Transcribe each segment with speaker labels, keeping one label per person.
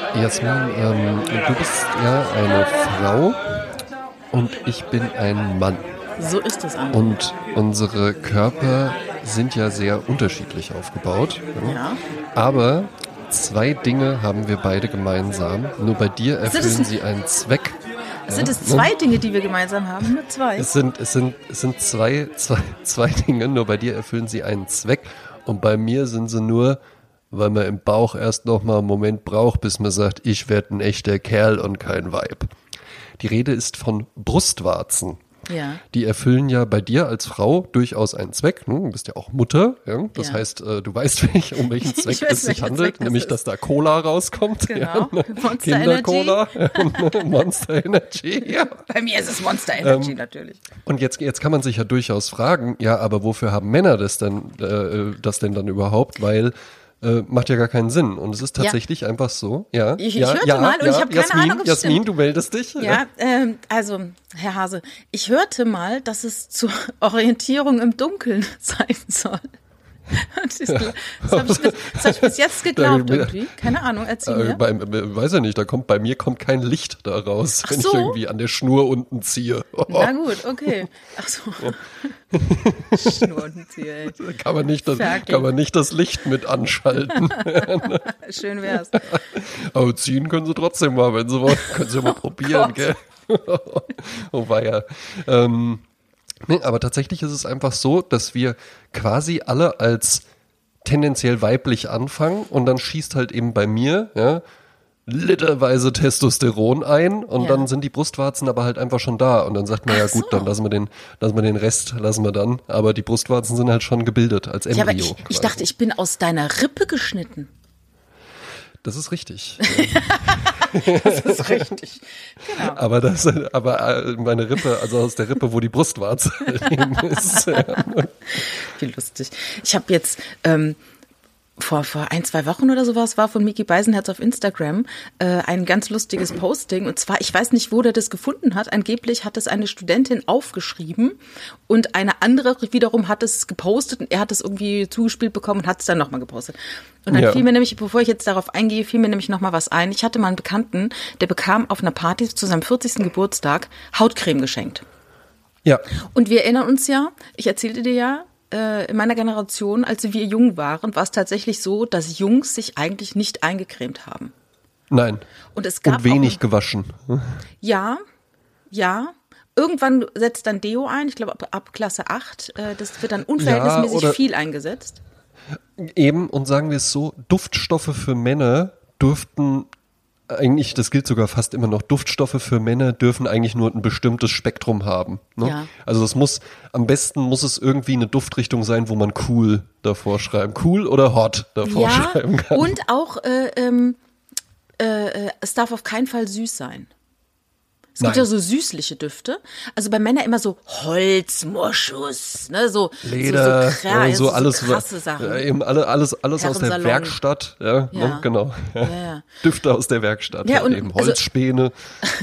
Speaker 1: Jasmin, du bist ja eine Frau und ich bin ein Mann.
Speaker 2: So ist es an.
Speaker 1: Und unsere Körper sind ja sehr unterschiedlich aufgebaut.
Speaker 2: Ja.
Speaker 1: Aber zwei Dinge haben wir beide gemeinsam. Nur bei dir erfüllen sie einen Zweck.
Speaker 2: Sind es zwei Dinge, die wir gemeinsam haben? Nur zwei?
Speaker 1: Es sind zwei Dinge, nur bei dir erfüllen sie einen Zweck. Und bei mir sind sie nur, weil man im Bauch erst noch mal einen Moment braucht, bis man sagt, ich werde ein echter Kerl und kein Weib. Die Rede ist von Brustwarzen.
Speaker 2: Ja.
Speaker 1: Die erfüllen ja bei dir als Frau durchaus einen Zweck. Du bist ja auch Mutter. Ja? Das
Speaker 2: Ja.
Speaker 1: heißt, du weißt, um welchen Zweck es sich handelt.
Speaker 2: Zweck
Speaker 1: Nämlich, dass da Cola rauskommt.
Speaker 2: Genau.
Speaker 1: Ja,
Speaker 2: Monster
Speaker 1: Kindercola. Monster Energy. Ja.
Speaker 2: Bei mir ist es Monster Energy natürlich.
Speaker 1: Und jetzt kann man sich ja durchaus fragen, ja, aber wofür haben Männer das denn dann überhaupt? Weil macht ja gar keinen Sinn. Und es ist tatsächlich einfach so. Ja,
Speaker 2: Ich hörte mal und ich habe keine Ahnung, ob es
Speaker 1: Jasmin,
Speaker 2: stimmt.
Speaker 1: du meldest dich.
Speaker 2: Ja, also, Herr Hase, ich hörte mal, dass es zur Orientierung im Dunkeln sein soll. Und das habe ich bis jetzt geglaubt irgendwie. Keine Ahnung, erzähl mir.
Speaker 1: Weiß ja nicht, bei mir kommt kein Licht da raus,
Speaker 2: Ach
Speaker 1: wenn
Speaker 2: so?
Speaker 1: ich irgendwie an der Schnur unten ziehe.
Speaker 2: Na gut, okay. Ach so. Schnurrenzieher, ey.
Speaker 1: Da kann man nicht das Licht mit anschalten.
Speaker 2: Schön wär's.
Speaker 1: Aber ziehen können sie trotzdem mal, wenn sie wollen. Können sie mal probieren,
Speaker 2: Gott.
Speaker 1: gell? Oh weia. Nee, aber tatsächlich ist es einfach so, dass wir quasi alle als tendenziell weiblich anfangen und dann schießt halt eben bei mir, ja, literweise Testosteron ein und
Speaker 2: Ja.
Speaker 1: dann sind die Brustwarzen aber halt einfach schon da und dann sagt man, ja
Speaker 2: Ach
Speaker 1: gut,
Speaker 2: so.
Speaker 1: dann lassen wir den Rest dann, aber die Brustwarzen sind halt schon gebildet als
Speaker 2: Ja, aber
Speaker 1: Embryo.
Speaker 2: ich
Speaker 1: quasi.
Speaker 2: dachte, ich bin aus deiner Rippe geschnitten.
Speaker 1: Das ist richtig.
Speaker 2: Das ist richtig. Genau.
Speaker 1: aber meine Rippe, also aus der Rippe, wo die Brustwarze eben ist.
Speaker 2: Wie lustig. Ich habe jetzt vor 1-2 Wochen oder sowas war von Miki Beisenherz auf Instagram ein ganz lustiges Posting. Und zwar, ich weiß nicht, wo der das gefunden hat. Angeblich hat es eine Studentin aufgeschrieben und eine andere wiederum hat es gepostet und er hat es irgendwie zugespielt bekommen und hat es dann nochmal gepostet. Und dann fiel mir nämlich, bevor ich jetzt darauf eingehe, fiel mir nämlich nochmal was ein. Ich hatte mal einen Bekannten, der bekam auf einer Party zu seinem 40. Geburtstag Hautcreme geschenkt.
Speaker 1: Ja.
Speaker 2: Und wir erinnern uns ja, ich erzählte dir ja, in meiner Generation, als wir jung waren, war es tatsächlich so, dass Jungs sich eigentlich nicht eingecremt haben.
Speaker 1: Nein.
Speaker 2: Und es gab
Speaker 1: Und wenig
Speaker 2: auch,
Speaker 1: gewaschen.
Speaker 2: Ja. Irgendwann setzt dann Deo ein, ich glaube ab Klasse 8, das wird dann unverhältnismäßig
Speaker 1: oder-
Speaker 2: viel eingesetzt.
Speaker 1: Eben, und sagen wir es so, Duftstoffe für Männer dürften eigentlich, das gilt sogar fast immer noch, Duftstoffe für Männer dürfen eigentlich nur ein bestimmtes Spektrum haben. Ne?
Speaker 2: Ja.
Speaker 1: Also am besten muss es irgendwie eine Duftrichtung sein, wo man cool davor schreiben, cool oder hot davor schreiben kann.
Speaker 2: Und auch, es darf auf keinen Fall süß sein. Es gibt
Speaker 1: Nein.
Speaker 2: ja so süßliche Düfte. Also bei Männern immer so Holzmoschus, ne, so
Speaker 1: Leder,
Speaker 2: so
Speaker 1: alles,
Speaker 2: krasse Sachen.
Speaker 1: eben alles aus der
Speaker 2: Herrensalon.
Speaker 1: Werkstatt, ja.
Speaker 2: Ja.
Speaker 1: Ne, genau.
Speaker 2: Ja.
Speaker 1: Düfte aus der Werkstatt,
Speaker 2: Ja,
Speaker 1: halt
Speaker 2: und
Speaker 1: eben
Speaker 2: also-
Speaker 1: Holzspäne.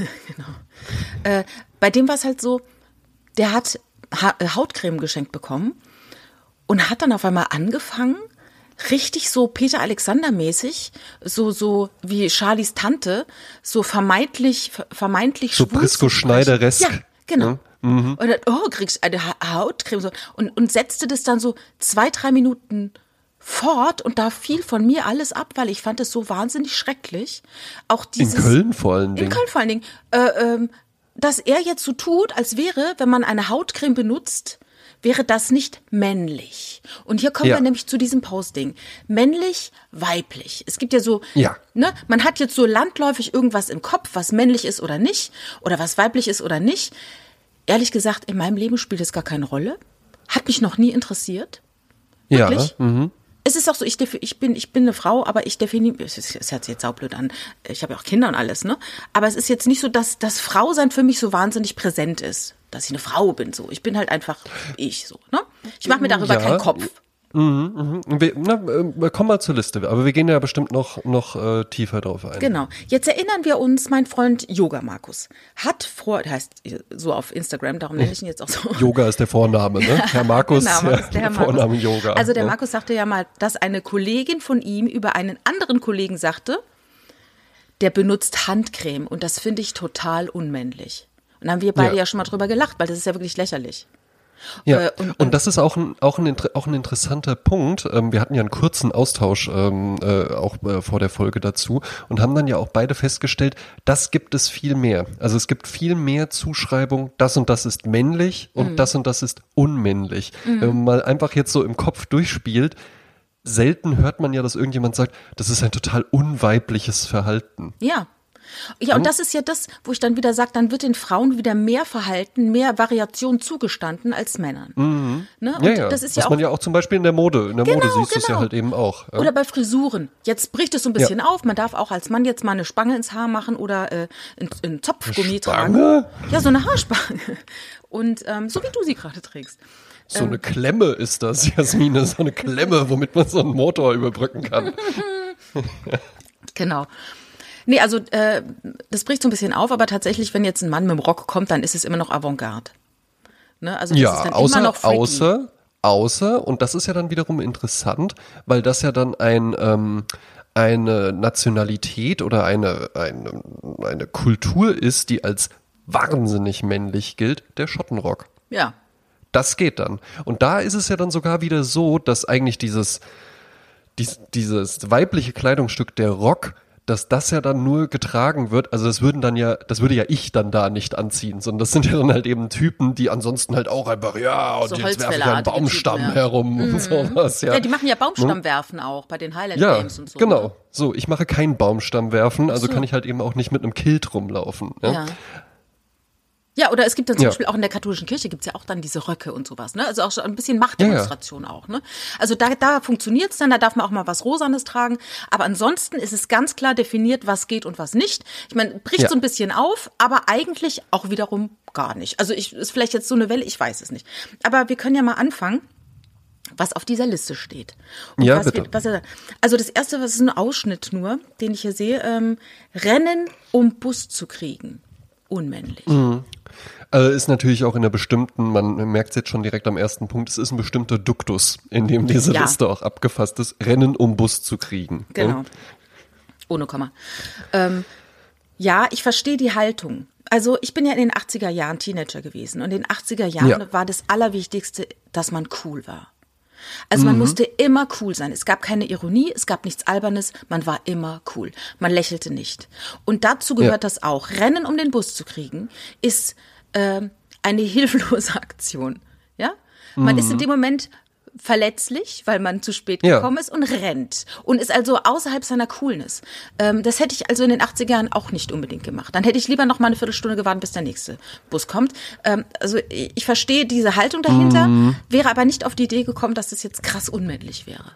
Speaker 2: Bei dem war es halt so, der hat Hautcreme geschenkt bekommen und hat dann auf einmal angefangen, richtig so Peter Alexander-mäßig, so wie Charlies Tante, so vermeintlich
Speaker 1: So
Speaker 2: schwul
Speaker 1: Prisco
Speaker 2: zu sprechen.
Speaker 1: Schneideresk.
Speaker 2: Ja, genau.
Speaker 1: Mhm.
Speaker 2: Und dann, kriegst eine Hautcreme. So. Und setzte das dann so 2-3 Minuten fort und da fiel von mir alles ab, weil ich fand es so wahnsinnig schrecklich. Auch
Speaker 1: In Köln vor allen
Speaker 2: In
Speaker 1: Dingen.
Speaker 2: Köln vor allen Dingen. Dass er jetzt so tut, als wäre, wenn man eine Hautcreme benutzt, wäre das nicht männlich. Und hier kommen
Speaker 1: Ja.
Speaker 2: wir nämlich zu diesem Posting. Männlich, weiblich. Es gibt ja so,
Speaker 1: Ja.
Speaker 2: ne, man hat jetzt so landläufig irgendwas im Kopf, was männlich ist oder nicht, oder was weiblich ist oder nicht. Ehrlich gesagt, in meinem Leben spielt es gar keine Rolle. Hat mich noch nie interessiert.
Speaker 1: Ja.
Speaker 2: Wirklich?
Speaker 1: Mhm.
Speaker 2: Es ist auch so, ich bin eine Frau, aber ich definiere, es hört sich jetzt saublöd an, ich habe ja auch Kinder und alles, ne? Aber es ist jetzt nicht so, dass das Frausein für mich so wahnsinnig präsent ist, dass ich eine Frau bin, so. Ich bin halt einfach ich, so, ne? Ich mache mir darüber
Speaker 1: Ja.
Speaker 2: keinen Kopf.
Speaker 1: Wir kommen mal zur Liste, aber wir gehen ja bestimmt noch tiefer drauf ein.
Speaker 2: Genau. Jetzt erinnern wir uns, mein Freund Yoga Markus hat der heißt so auf Instagram, darum nenne ich ihn jetzt auch so.
Speaker 1: Yoga ist der Vorname, ne? Herr Markus,
Speaker 2: Genau,
Speaker 1: ja,
Speaker 2: ist der Herr Markus.
Speaker 1: Vorname Yoga.
Speaker 2: Also der
Speaker 1: ja.
Speaker 2: Markus sagte ja mal, dass eine Kollegin von ihm über einen anderen Kollegen sagte, der benutzt Handcreme und das finde ich total unmännlich. Und da haben wir beide ja schon mal drüber gelacht, weil das ist ja wirklich lächerlich.
Speaker 1: Ja, und das ist auch ein interessanter Punkt. Wir hatten ja einen kurzen Austausch vor der Folge dazu und haben dann ja auch beide festgestellt, das gibt es viel mehr. Also es gibt viel mehr Zuschreibung, das und das ist männlich und das und das ist unmännlich. Wenn man mal einfach jetzt so im Kopf durchspielt, selten hört man ja, dass irgendjemand sagt, das ist ein total unweibliches Verhalten.
Speaker 2: Ja. Ja, und das ist ja das, wo ich dann wieder sage, dann wird den Frauen wieder mehr Verhalten, mehr Variation zugestanden als Männern. Ne? Und
Speaker 1: Ja.
Speaker 2: das ist
Speaker 1: was
Speaker 2: ja auch,
Speaker 1: man ja auch zum Beispiel in der Mode, Mode siehst du es ja halt eben auch. Ja?
Speaker 2: Oder bei Frisuren. Jetzt bricht es so ein bisschen auf. Man darf auch als Mann jetzt mal eine Spange ins Haar machen oder einen Zopfgummi tragen. Ja, so eine Haarspange. Und so wie du sie gerade trägst.
Speaker 1: So eine Klemme ist das, Jasmine, so eine Klemme, womit man so einen Motor überbrücken kann.
Speaker 2: Genau. Nee, also das bricht so ein bisschen auf, aber tatsächlich, wenn jetzt ein Mann mit dem Rock kommt, dann ist es immer noch Avantgarde. Ne? Also das ist dann immer noch freaky.
Speaker 1: Außer, und das ist ja dann wiederum interessant, weil das ja dann eine Nationalität oder eine Kultur ist, die als wahnsinnig männlich gilt, der Schottenrock.
Speaker 2: Ja.
Speaker 1: Das geht dann. Und da ist es ja dann sogar wieder so, dass eigentlich dieses weibliche Kleidungsstück, der Rock, dass das ja dann nur getragen wird, also das würde ja ich dann da nicht anziehen, sondern das sind ja dann halt eben Typen, die ansonsten halt auch einfach, und so jetzt werfe ich einen Baumstamm herum und sowas, ja.
Speaker 2: Ja, die machen ja Baumstammwerfen auch bei den Highland Games und so.
Speaker 1: Genau.
Speaker 2: Ne?
Speaker 1: So, ich mache kein Baumstammwerfen, also kann ich halt eben auch nicht mit einem Kilt rumlaufen. Ja.
Speaker 2: Ja, oder es gibt dann zum Beispiel auch in der katholischen Kirche gibt's ja auch dann diese Röcke und sowas, ne? Also auch schon ein bisschen Machtdemonstration auch, ne? Also da funktioniert's dann, da darf man auch mal was Rosanes tragen. Aber ansonsten ist es ganz klar definiert, was geht und was nicht. Ich meine, bricht so ein bisschen auf, aber eigentlich auch wiederum gar nicht. Also ist vielleicht jetzt so eine Welle, ich weiß es nicht. Aber wir können ja mal anfangen, was auf dieser Liste steht. Und
Speaker 1: ja, bitte.
Speaker 2: Also das Erste, was ist ein Ausschnitt nur, den ich hier sehe, Rennen, um Bus zu kriegen. Unmännlich.
Speaker 1: Also ist natürlich auch in einer bestimmten, man merkt es jetzt schon direkt am ersten Punkt, es ist ein bestimmter Duktus, in dem diese Liste auch abgefasst ist, Rennen um Bus zu kriegen.
Speaker 2: Genau. Ohne Komma. Ja, ich verstehe die Haltung. Also ich bin ja in den 80er Jahren Teenager gewesen und in den 80er Jahren war das Allerwichtigste, dass man cool war. Also man musste immer cool sein. Es gab keine Ironie, es gab nichts Albernes, man war immer cool. Man lächelte nicht. Und dazu gehört das auch. Rennen, um den Bus zu kriegen, ist eine hilflose Aktion. Ja? Man ist in dem Moment verletzlich, weil man zu spät gekommen ist und rennt und ist also außerhalb seiner Coolness. Das hätte ich also in den 80er Jahren auch nicht unbedingt gemacht. Dann hätte ich lieber noch mal eine Viertelstunde gewartet, bis der nächste Bus kommt. Also ich verstehe diese Haltung dahinter, wäre aber nicht auf die Idee gekommen, dass das jetzt krass unmännlich wäre.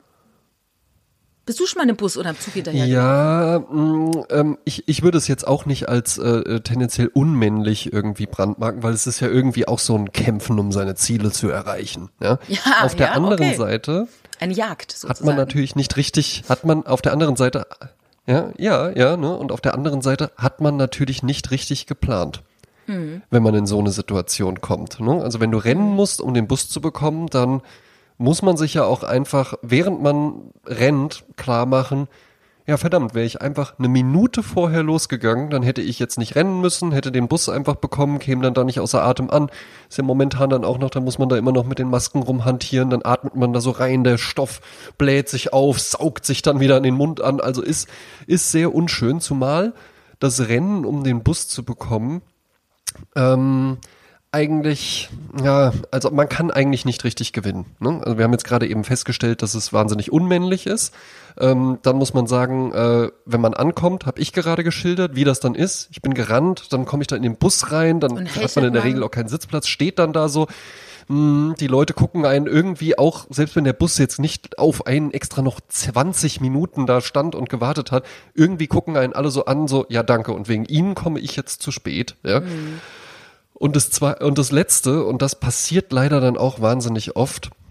Speaker 2: Bist du schon mal im Bus oder im Zug hinterher?
Speaker 1: Ja, ich würde es jetzt auch nicht als tendenziell unmännlich irgendwie brandmarken, weil es ist ja irgendwie auch so ein Kämpfen, um seine Ziele zu erreichen. Ja? Auf der anderen Seite
Speaker 2: eine Jagd sozusagen.
Speaker 1: Hat man natürlich nicht richtig, auf der anderen Seite, ne? Und auf der anderen Seite hat man natürlich nicht richtig geplant, wenn man in so eine Situation kommt. Ne? Also wenn du rennen musst, um den Bus zu bekommen, dann muss man sich ja auch einfach, während man rennt, klar machen, ja verdammt, wäre ich einfach eine Minute vorher losgegangen, dann hätte ich jetzt nicht rennen müssen, hätte den Bus einfach bekommen, käme dann da nicht außer Atem an. Ist ja momentan dann auch noch, da muss man da immer noch mit den Masken rumhantieren, dann atmet man da so rein, der Stoff bläht sich auf, saugt sich dann wieder in den Mund an, also ist sehr unschön, zumal das Rennen, um den Bus zu bekommen, eigentlich, also man kann eigentlich nicht richtig gewinnen. Ne? Also wir haben jetzt gerade eben festgestellt, dass es wahnsinnig unmännlich ist. Dann muss man sagen, wenn man ankommt, habe ich gerade geschildert, wie das dann ist. Ich bin gerannt, dann komme ich da in den Bus rein, dann hat man in der Regel auch keinen Sitzplatz, steht dann da so. Die Leute gucken einen irgendwie auch, selbst wenn der Bus jetzt nicht auf einen extra noch 20 Minuten da stand und gewartet hat, irgendwie gucken einen alle so an, so, ja danke, und wegen ihnen komme ich jetzt zu spät. Ja. Und das Letzte, und das passiert leider dann auch wahnsinnig oft,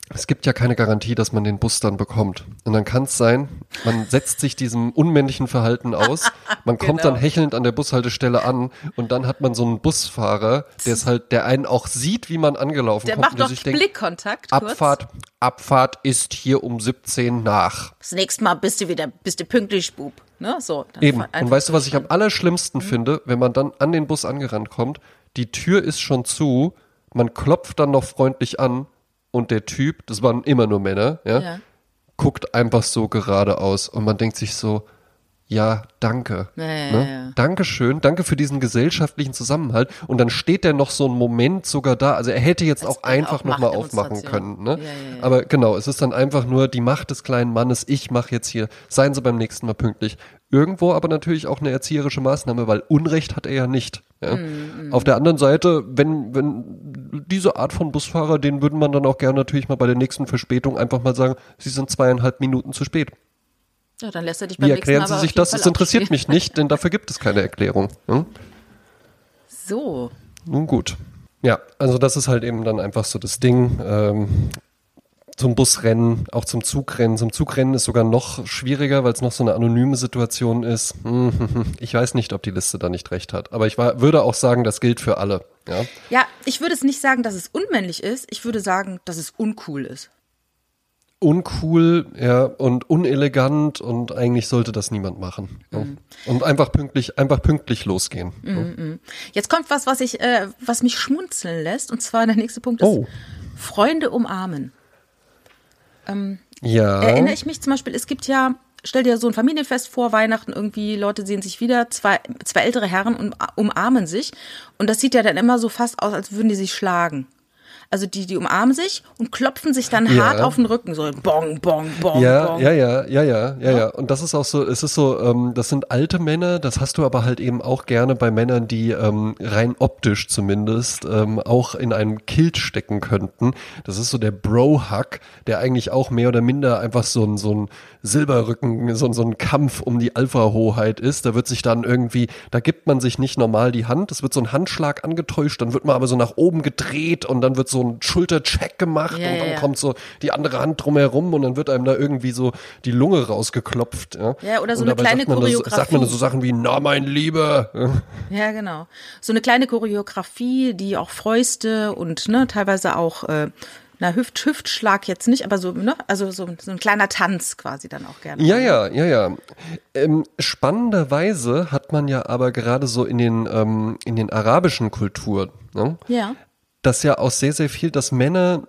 Speaker 1: es gibt ja keine Garantie, dass man den Bus dann bekommt. Und dann kann es sein, man setzt sich diesem unmännlichen Verhalten aus, man kommt
Speaker 2: Genau.
Speaker 1: dann hechelnd an der Bushaltestelle an und dann hat man so einen Busfahrer, der einen auch sieht, wie man angelaufen
Speaker 2: Der
Speaker 1: kommt.
Speaker 2: macht
Speaker 1: und der
Speaker 2: doch
Speaker 1: sich denkt,
Speaker 2: Blickkontakt kurz.
Speaker 1: Abfahrt ist hier um 17 nach.
Speaker 2: Das nächste Mal bist du pünktlich, Bub. Ne? So, dann
Speaker 1: Eben.
Speaker 2: fahr einfach
Speaker 1: Und weißt du, was ich am
Speaker 2: durch.
Speaker 1: allerschlimmsten finde, wenn man dann an den Bus angerannt kommt, die Tür ist schon zu, man klopft dann noch freundlich an und der Typ, das waren immer nur Männer,
Speaker 2: Ja.
Speaker 1: guckt einfach so geradeaus und man denkt sich so, ja, danke.
Speaker 2: Ja.
Speaker 1: Dankeschön, danke für diesen gesellschaftlichen Zusammenhalt. Und dann steht der noch so einen Moment sogar da. Also er hätte jetzt auch einfach
Speaker 2: auch
Speaker 1: nochmal aufmachen
Speaker 2: Machtdemonstration.
Speaker 1: können. Ne?
Speaker 2: Ja.
Speaker 1: Aber genau, es ist dann einfach nur die Macht des kleinen Mannes. Ich mache jetzt hier, seien Sie beim nächsten Mal pünktlich. Irgendwo aber natürlich auch eine erzieherische Maßnahme, weil Unrecht hat er ja nicht. Ja? Auf der anderen Seite, wenn diese Art von Busfahrer, den würde man dann auch gerne natürlich mal bei der nächsten Verspätung einfach mal sagen, Sie sind 2,5 Minuten zu spät.
Speaker 2: Ja, dann lässt er dich beim
Speaker 1: Wie
Speaker 2: nächsten
Speaker 1: erklären
Speaker 2: Mal
Speaker 1: Sie
Speaker 2: aber
Speaker 1: sich
Speaker 2: auf jeden
Speaker 1: das?
Speaker 2: Fall
Speaker 1: Das interessiert
Speaker 2: aufstehen.
Speaker 1: mich nicht, denn dafür gibt es keine Erklärung. Hm?
Speaker 2: So.
Speaker 1: Nun gut. Ja, also das ist halt eben dann einfach so das Ding. Zum Busrennen, auch zum Zugrennen. Zum Zugrennen ist sogar noch schwieriger, weil es noch so eine anonyme Situation ist. Ich weiß nicht, ob die Liste da nicht recht hat. Aber würde auch sagen, das gilt für alle. Ja?
Speaker 2: Ja, ich würde es nicht sagen, dass es unmännlich ist. Ich würde sagen, dass es uncool ist.
Speaker 1: Uncool, ja, und unelegant und eigentlich sollte das niemand machen. Ja. Und einfach pünktlich losgehen.
Speaker 2: Jetzt kommt was mich schmunzeln lässt. Und zwar der nächste Punkt ist Freunde umarmen.
Speaker 1: Ja.
Speaker 2: Erinnere ich mich zum Beispiel, es gibt ja, stell dir so ein Familienfest vor, Weihnachten irgendwie, Leute sehen sich wieder, zwei ältere Herren umarmen sich. Und das sieht ja dann immer so fast aus, als würden die sich schlagen. Also die umarmen sich und klopfen sich dann hart auf den Rücken, so bong, bong, bong,
Speaker 1: Ja,
Speaker 2: bong.
Speaker 1: ja. Und das ist auch so, es ist so, das sind alte Männer, das hast du aber halt eben auch gerne bei Männern, die rein optisch zumindest auch in einem Kilt stecken könnten. Das ist so der Bro-Hug, der eigentlich auch mehr oder minder einfach so ein Silberrücken, so ein Kampf um die Alpha-Hoheit ist. Da wird sich dann irgendwie, da gibt man sich nicht normal die Hand, es wird so ein Handschlag angetäuscht, dann wird man aber so nach oben gedreht und dann wird so ein Schultercheck gemacht und dann kommt so die andere Hand drumherum und dann wird einem da irgendwie so die Lunge rausgeklopft.
Speaker 2: Ja, oder so
Speaker 1: und
Speaker 2: eine
Speaker 1: dabei
Speaker 2: kleine
Speaker 1: sagt man
Speaker 2: Choreografie.
Speaker 1: Sagt man so Sachen wie, na mein Lieber.
Speaker 2: Ja, genau. So eine kleine Choreografie, die auch Fäuste und teilweise auch Hüftschlag jetzt nicht, aber so, also so ein kleiner Tanz quasi dann auch gerne.
Speaker 1: Ja. Spannenderweise hat man ja aber gerade so in den arabischen Kulturen, ne?
Speaker 2: Ja.
Speaker 1: Das ja auch sehr, sehr viel, dass Männer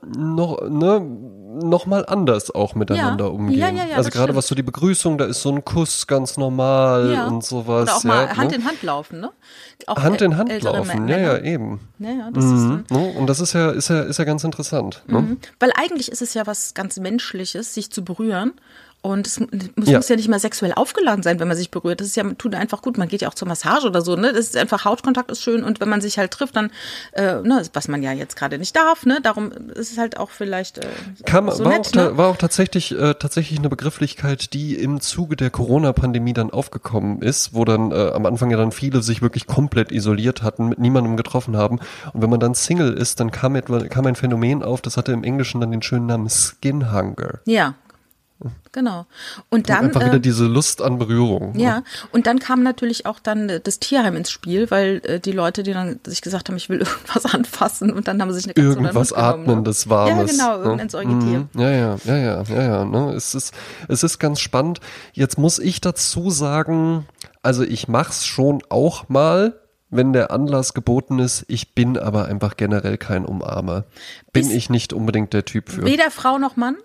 Speaker 1: noch mal anders auch miteinander umgehen.
Speaker 2: Ja,
Speaker 1: also
Speaker 2: das
Speaker 1: gerade
Speaker 2: stimmt.
Speaker 1: was so die Begrüßung, da ist so ein Kuss ganz normal und sowas.
Speaker 2: Oder auch mal
Speaker 1: ja,
Speaker 2: Hand
Speaker 1: ne?
Speaker 2: in Hand laufen, ne? Auch
Speaker 1: Hand in Hand
Speaker 2: ältere
Speaker 1: laufen,
Speaker 2: Männer.
Speaker 1: ja, eben.
Speaker 2: Ja, das ist
Speaker 1: Ne? Und das ist ja ganz interessant. Ne?
Speaker 2: weil eigentlich ist es ja was ganz Menschliches, sich zu berühren. Und es muss ja nicht mal sexuell aufgeladen sein, wenn man sich berührt. Das ist ja, tut einfach gut. Man geht ja auch zur Massage oder so, ne? Das ist einfach, Hautkontakt ist schön. Und wenn man sich halt trifft, dann, was man ja jetzt gerade nicht darf, ne? Darum ist es halt auch vielleicht so nett, ne?
Speaker 1: War auch tatsächlich eine Begrifflichkeit, die im Zuge der Corona-Pandemie dann aufgekommen ist, wo dann am Anfang ja dann viele sich wirklich komplett isoliert hatten, mit niemandem getroffen haben. Und wenn man dann Single ist, dann kam ein Phänomen auf, das hatte im Englischen dann den schönen Namen Skin Hunger.
Speaker 2: Ja, genau. Und dann
Speaker 1: Einfach wieder diese Lust an Berührung.
Speaker 2: ja,
Speaker 1: Ne?
Speaker 2: und dann kam natürlich auch dann das Tierheim ins Spiel, weil die Leute, die dann sich gesagt haben, ich will irgendwas anfassen und dann haben sie sich eine Katze
Speaker 1: Irgendwas
Speaker 2: oder einen Hund
Speaker 1: Atmendes, Warmes.
Speaker 2: Ja, genau, irgendein Säugetier.
Speaker 1: Ja. Ne? Es ist ganz spannend. Jetzt muss ich dazu sagen, also ich mach's schon auch mal, wenn der Anlass geboten ist. Ich bin aber einfach generell kein Umarmer. Bin ich nicht unbedingt der Typ für.
Speaker 2: Weder Frau noch Mann?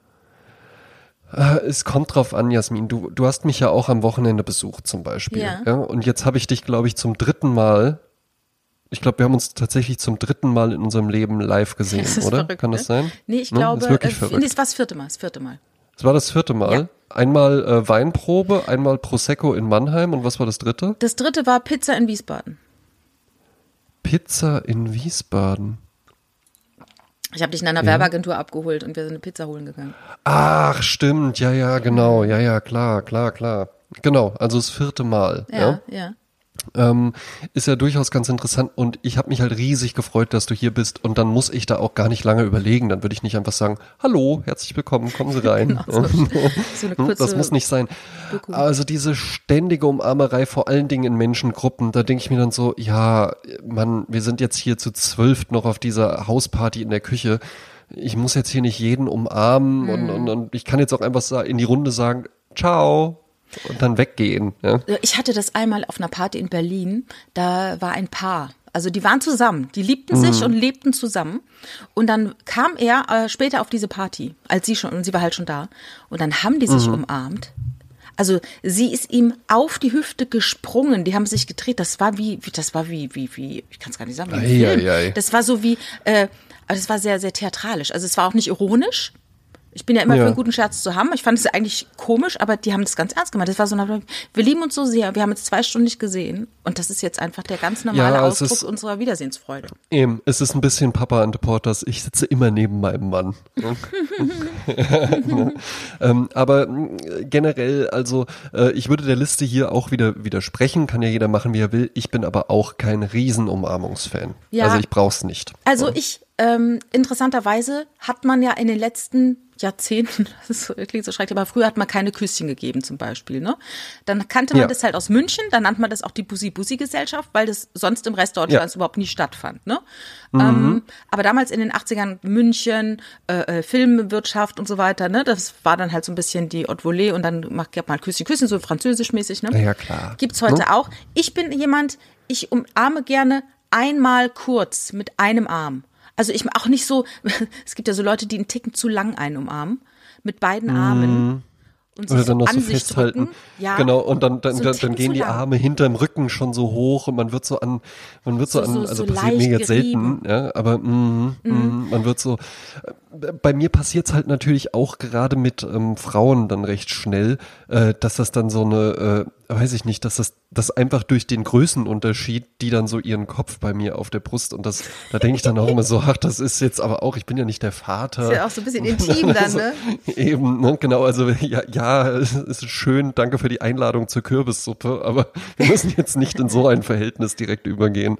Speaker 1: Es kommt drauf an, Jasmin. Du hast mich ja auch am Wochenende besucht zum Beispiel.
Speaker 2: Ja.
Speaker 1: Und jetzt habe ich dich, glaube ich, zum dritten Mal, ich glaube, wir haben uns tatsächlich zum dritten Mal in unserem Leben live gesehen,
Speaker 2: Das ist
Speaker 1: oder?
Speaker 2: verrückt,
Speaker 1: Kann das sein?
Speaker 2: Nee, ich
Speaker 1: Ne?
Speaker 2: glaube,
Speaker 1: Das ist wirklich verrückt.
Speaker 2: nee, es war das vierte Mal.
Speaker 1: Es war das vierte Mal.
Speaker 2: Ja.
Speaker 1: Einmal Weinprobe, einmal Prosecco in Mannheim und was war das dritte?
Speaker 2: Das dritte war Pizza in Wiesbaden.
Speaker 1: Pizza in Wiesbaden.
Speaker 2: Ich habe dich in einer Werbeagentur abgeholt und wir sind eine Pizza holen gegangen.
Speaker 1: Ach, stimmt, ja, genau, ja, klar. Genau, also das vierte Mal.
Speaker 2: Ja.
Speaker 1: ist ja durchaus ganz interessant und ich habe mich halt riesig gefreut, dass du hier bist und dann muss ich da auch gar nicht lange überlegen, dann würde ich nicht einfach sagen, hallo, herzlich willkommen, kommen Sie rein.
Speaker 2: Genau, so eine kurze
Speaker 1: Das muss nicht sein. Also diese ständige Umarmerei, vor allen Dingen in Menschengruppen, da denke ich mir dann so, ja, Mann, wir sind jetzt hier zu 12 noch auf dieser Hausparty in der Küche, ich muss jetzt hier nicht jeden umarmen und ich kann jetzt auch einfach in die Runde sagen, ciao. Und dann weggehen. Ja.
Speaker 2: Ich hatte das einmal auf einer Party in Berlin, da war ein Paar. Also die waren zusammen, die liebten sich und lebten zusammen. Und dann kam er später auf diese Party, und sie war halt schon da. Und dann haben die sich umarmt. Also sie ist ihm auf die Hüfte gesprungen, die haben sich gedreht. Das war wie, ich kann es gar nicht sagen, wie ein Film. Das war so wie, also es war sehr, sehr theatralisch. Also es war auch nicht ironisch. Ich bin ja immer für einen guten Scherz zu haben. Ich fand es eigentlich komisch, aber die haben das ganz ernst gemacht. Das war so, wir lieben uns so sehr. Wir haben jetzt 2 Stunden nicht gesehen. Und das ist jetzt einfach der ganz normale Ausdruck unserer Wiedersehensfreude.
Speaker 1: Eben, es ist ein bisschen Papa and the Porters. Ich sitze immer neben meinem Mann. Aber generell, also ich würde der Liste hier auch wieder widersprechen. Kann ja jeder machen, wie er will. Ich bin aber auch kein Riesenumarmungsfan. Ja. Also ich brauch's nicht.
Speaker 2: Also interessanterweise hat man ja in den letzten Jahrzehnten, das klingt so schrecklich, aber früher hat man keine Küsschen gegeben zum Beispiel, ne? Dann kannte man das halt aus München, dann nannte man das auch die Bussi-Bussi-Gesellschaft, weil das sonst im Rest Deutschlands überhaupt nie stattfand, ne? Aber damals in den 80ern München, Filmwirtschaft und so weiter, ne? Das war dann halt so ein bisschen die Haute Volée und dann gab man Küsschen, so französischmäßig, ne?
Speaker 1: Ja, klar.
Speaker 2: Gibt's heute auch. Ich bin jemand, ich umarme gerne einmal kurz mit einem Arm. Also ich auch nicht so, es gibt ja so Leute, die einen Ticken zu lang einen umarmen, mit beiden Armen. Und
Speaker 1: oder dann noch so festhalten.
Speaker 2: Ja,
Speaker 1: genau, und dann
Speaker 2: so
Speaker 1: gehen die Arme hinterm Rücken schon so hoch und man wird so also passiert mir jetzt selten, ja, aber man wird so, bei mir passiert's halt natürlich auch gerade mit Frauen dann recht schnell, dass das dann so eine, weiß ich nicht, dass das einfach durch den Größenunterschied, die dann so ihren Kopf bei mir auf der Brust und da denke ich dann auch immer so, ach, das ist jetzt aber auch, ich bin ja nicht der Vater.
Speaker 2: Ist ja auch so ein bisschen intim dann, ne?
Speaker 1: Eben, ne, genau, also ja, es ist schön, danke für die Einladung zur Kürbissuppe, aber wir müssen jetzt nicht in so ein Verhältnis direkt übergehen.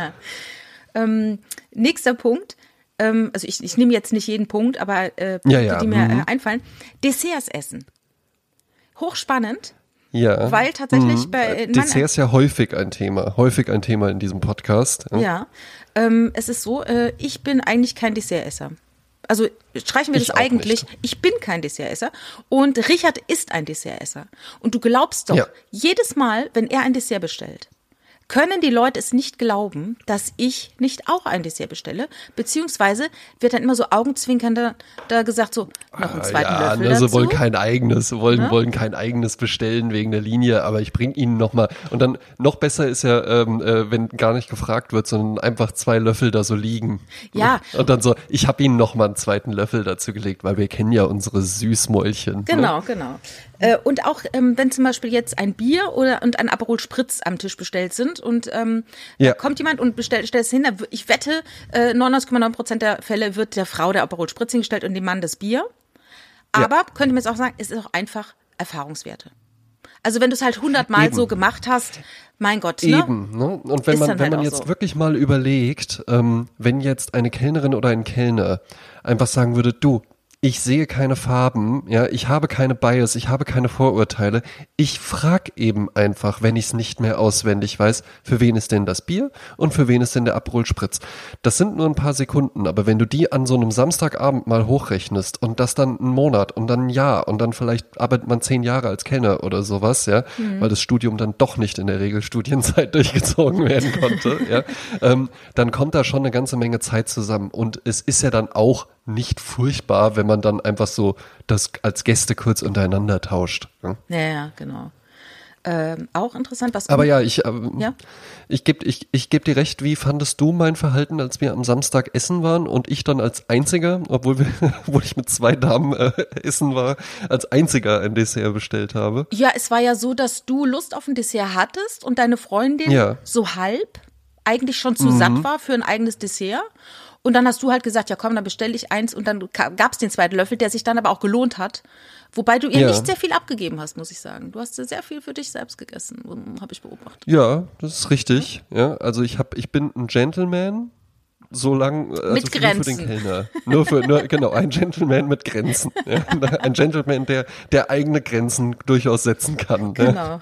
Speaker 2: Nächster Punkt, also ich nehme jetzt nicht jeden Punkt, aber Punkte, die mir einfallen. Desserts essen. Hochspannend.
Speaker 1: Ja.
Speaker 2: Weil tatsächlich
Speaker 1: Dessert ist ja häufig ein Thema in diesem Podcast.
Speaker 2: Ja, es ist so, ich bin eigentlich kein Dessertesser. Also streichen wir das eigentlich. Nicht. Ich bin kein Dessertesser und Richard ist ein Dessertesser. Und du glaubst doch, jedes Mal, wenn er ein Dessert bestellt, können die Leute es nicht glauben, dass ich nicht auch ein Dessert bestelle, beziehungsweise wird dann immer so augenzwinkernd da gesagt, so, noch einen zweiten Löffel dazu.
Speaker 1: Sie wollen wollen kein eigenes bestellen wegen der Linie, aber ich bringe ihnen nochmal, und dann noch besser ist ja, wenn gar nicht gefragt wird, sondern einfach 2 Löffel da so liegen.
Speaker 2: Ja.
Speaker 1: Und dann so, ich habe ihnen nochmal einen zweiten Löffel dazu gelegt, weil wir kennen ja unsere Süßmäulchen.
Speaker 2: Genau,
Speaker 1: ne?
Speaker 2: Genau. Und auch, wenn zum Beispiel jetzt ein Bier und ein Aperol Spritz am Tisch bestellt sind und da kommt jemand und stellt es hin, ich wette, 99,9% der Fälle wird der Frau der Aperol Spritz hingestellt und dem Mann das Bier. Aber könnte man jetzt auch sagen, es ist auch einfach Erfahrungswerte. Also wenn du es halt 100 Mal so gemacht hast, mein Gott, ne?
Speaker 1: Eben, ne? Und wenn man jetzt so wirklich mal überlegt, wenn jetzt eine Kellnerin oder ein Kellner einfach sagen würde, du, ich sehe keine Farben, ja, ich habe keine Bias, ich habe keine Vorurteile. Ich frage eben einfach, wenn ich es nicht mehr auswendig weiß, für wen ist denn das Bier und für wen ist denn der Aperol Spritz. Das sind nur ein paar Sekunden, aber wenn du die an so einem Samstagabend mal hochrechnest und das dann einen Monat und dann ein Jahr und dann vielleicht arbeitet man 10 Jahre als Kellner oder sowas, ja, weil das Studium dann doch nicht in der Regelstudienzeit durchgezogen werden konnte, ja, dann kommt da schon eine ganze Menge Zeit zusammen und es ist ja dann auch nicht furchtbar, wenn man dann einfach so das als Gäste kurz untereinander tauscht.
Speaker 2: Ja, genau. Auch interessant, was.
Speaker 1: Aber ja, ich geb dir recht. Wie fandest du mein Verhalten, als wir am Samstag essen waren und ich dann als Einziger, obwohl ich mit 2 Damen essen war, als Einziger ein Dessert bestellt habe?
Speaker 2: Ja, es war ja so, dass du Lust auf ein Dessert hattest und deine Freundin so halb eigentlich schon zu satt war für ein eigenes Dessert. Und dann hast du halt gesagt, ja komm, dann bestelle ich eins und dann gab es den zweiten Löffel, der sich dann aber auch gelohnt hat. Wobei du ihr nicht sehr viel abgegeben hast, muss ich sagen. Du hast sehr viel für dich selbst gegessen, habe ich beobachtet.
Speaker 1: Ja, das ist richtig. Ja, also ich bin ein Gentleman, solange also
Speaker 2: mit Grenzen.
Speaker 1: Nur für den Kellner. Nur genau, ein Gentleman mit Grenzen. Ja, ein Gentleman, der eigene Grenzen durchaus setzen kann.
Speaker 2: Genau.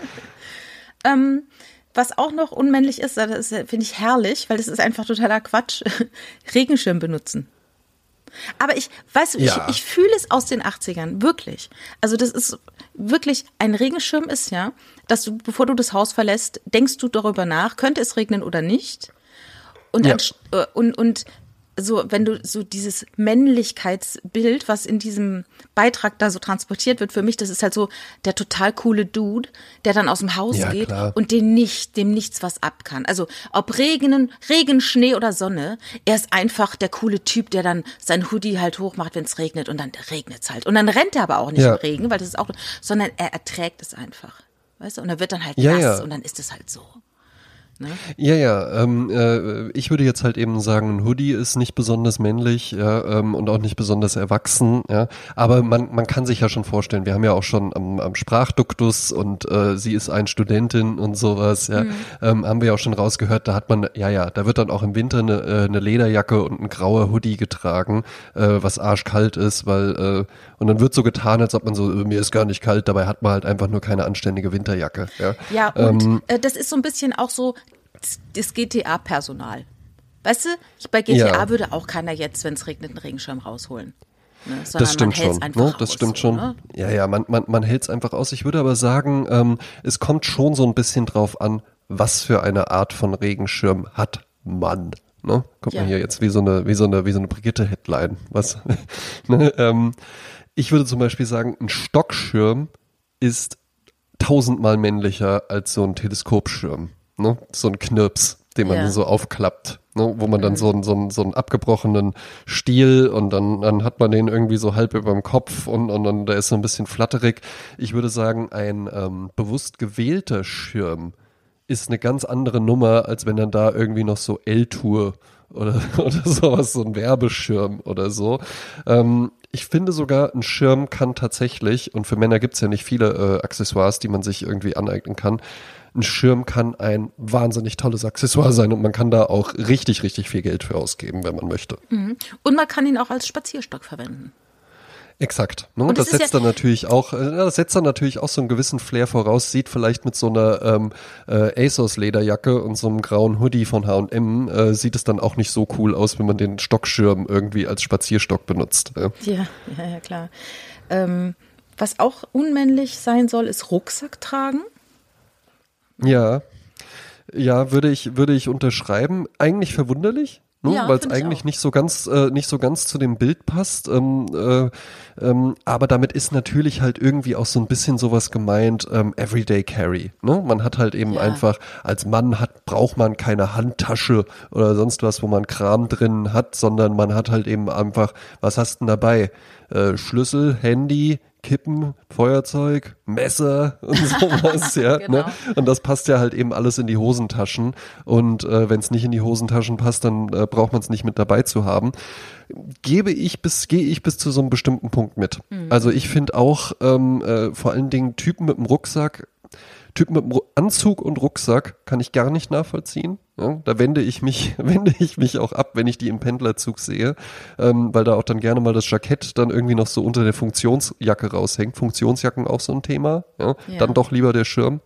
Speaker 2: Ja. Was auch noch unmännlich ist, das finde ich herrlich, weil das ist einfach totaler Quatsch. Regenschirm benutzen. Aber ich fühle es aus den 80ern, wirklich. Also das ist wirklich, ein Regenschirm ist ja, dass du, bevor du das Haus verlässt, denkst du darüber nach, könnte es regnen oder nicht? Und, und so, wenn du so dieses Männlichkeitsbild, was in diesem Beitrag da so transportiert wird, für mich, das ist halt so der total coole Dude, der dann aus dem Haus geht und dem nichts was ab kann. Also ob Regen, Schnee oder Sonne, er ist einfach der coole Typ, der dann sein Hoodie halt hochmacht, wenn es regnet und dann regnet es halt. Und dann rennt er aber auch nicht im Regen, weil das ist auch, sondern er erträgt es einfach. Weißt du? Und er wird dann halt nass und dann ist es halt so. Ne?
Speaker 1: Ich würde jetzt halt eben sagen, ein Hoodie ist nicht besonders männlich, und auch nicht besonders erwachsen, ja, aber man kann sich ja schon vorstellen, wir haben ja auch schon am Sprachduktus und sie ist eine Studentin und sowas, haben wir ja auch schon rausgehört, da hat man, da wird dann auch im Winter eine Lederjacke und ein grauer Hoodie getragen, was arschkalt ist, weil und dann wird so getan, als ob man so, mir ist gar nicht kalt, dabei hat man halt einfach nur keine anständige Winterjacke.
Speaker 2: Ja, und das ist so ein bisschen auch so das GTA-Personal. Weißt du, bei GTA würde auch keiner jetzt, wenn es regnet, einen Regenschirm rausholen. Ne?
Speaker 1: Das stimmt schon.
Speaker 2: Ne?
Speaker 1: Das stimmt schon. Ne? Ja, man hält es einfach aus. Ich würde aber sagen, es kommt schon so ein bisschen drauf an, was für eine Art von Regenschirm hat man. Ne? Kommt man hier jetzt wie so eine Brigitte-Headline. Was? Ne? Ich würde zum Beispiel sagen, ein Stockschirm ist 1000-mal männlicher als so ein Teleskopschirm. Ne? So ein Knirps, den man so aufklappt, ne? Wo man dann so einen abgebrochenen Stiel und dann hat man den irgendwie so halb über dem Kopf und der ist so ein bisschen flatterig. Ich würde sagen, ein bewusst gewählter Schirm ist eine ganz andere Nummer, als wenn dann da irgendwie noch so L-Tour oder sowas, so ein Werbeschirm oder so. Ich finde sogar, ein Schirm kann tatsächlich, und für Männer gibt's ja nicht viele Accessoires, die man sich irgendwie aneignen kann, ein Schirm kann ein wahnsinnig tolles Accessoire sein und man kann da auch richtig, richtig viel Geld für ausgeben, wenn man möchte.
Speaker 2: Mhm. Und man kann ihn auch als Spazierstock verwenden.
Speaker 1: Exakt. Ne? Das setzt dann natürlich auch so einen gewissen Flair voraus, sieht vielleicht mit so einer ASOS-Lederjacke und so einem grauen Hoodie von H&M, sieht es dann auch nicht so cool aus, wenn man den Stockschirm irgendwie als Spazierstock benutzt.
Speaker 2: Ja, klar. Was auch unmännlich sein soll, ist Rucksack tragen.
Speaker 1: Ja, würde ich unterschreiben. Eigentlich verwunderlich. Weil es eigentlich nicht so ganz zu dem Bild passt, aber damit ist natürlich halt irgendwie auch so ein bisschen sowas gemeint, Everyday Carry, ne? Man hat halt eben einfach, als Mann braucht man keine Handtasche oder sonst was, wo man Kram drin hat, sondern man hat halt eben einfach, was hast du denn dabei? Schlüssel, Handy, Kippen, Feuerzeug, Messer und sowas, ja. Genau. Ne? Und das passt ja halt eben alles in die Hosentaschen. Und wenn es nicht in die Hosentaschen passt, dann braucht man es nicht mit dabei zu haben. Gehe ich bis zu so einem bestimmten Punkt mit. Mhm. Also ich finde auch vor allen Dingen Typen mit dem Anzug und Rucksack kann ich gar nicht nachvollziehen. Ja, da wende ich mich auch ab, wenn ich die im Pendlerzug sehe, weil da auch dann gerne mal das Jackett dann irgendwie noch so unter der Funktionsjacke raushängt. Funktionsjacken auch so ein Thema. Ja. Dann doch lieber der Schirm.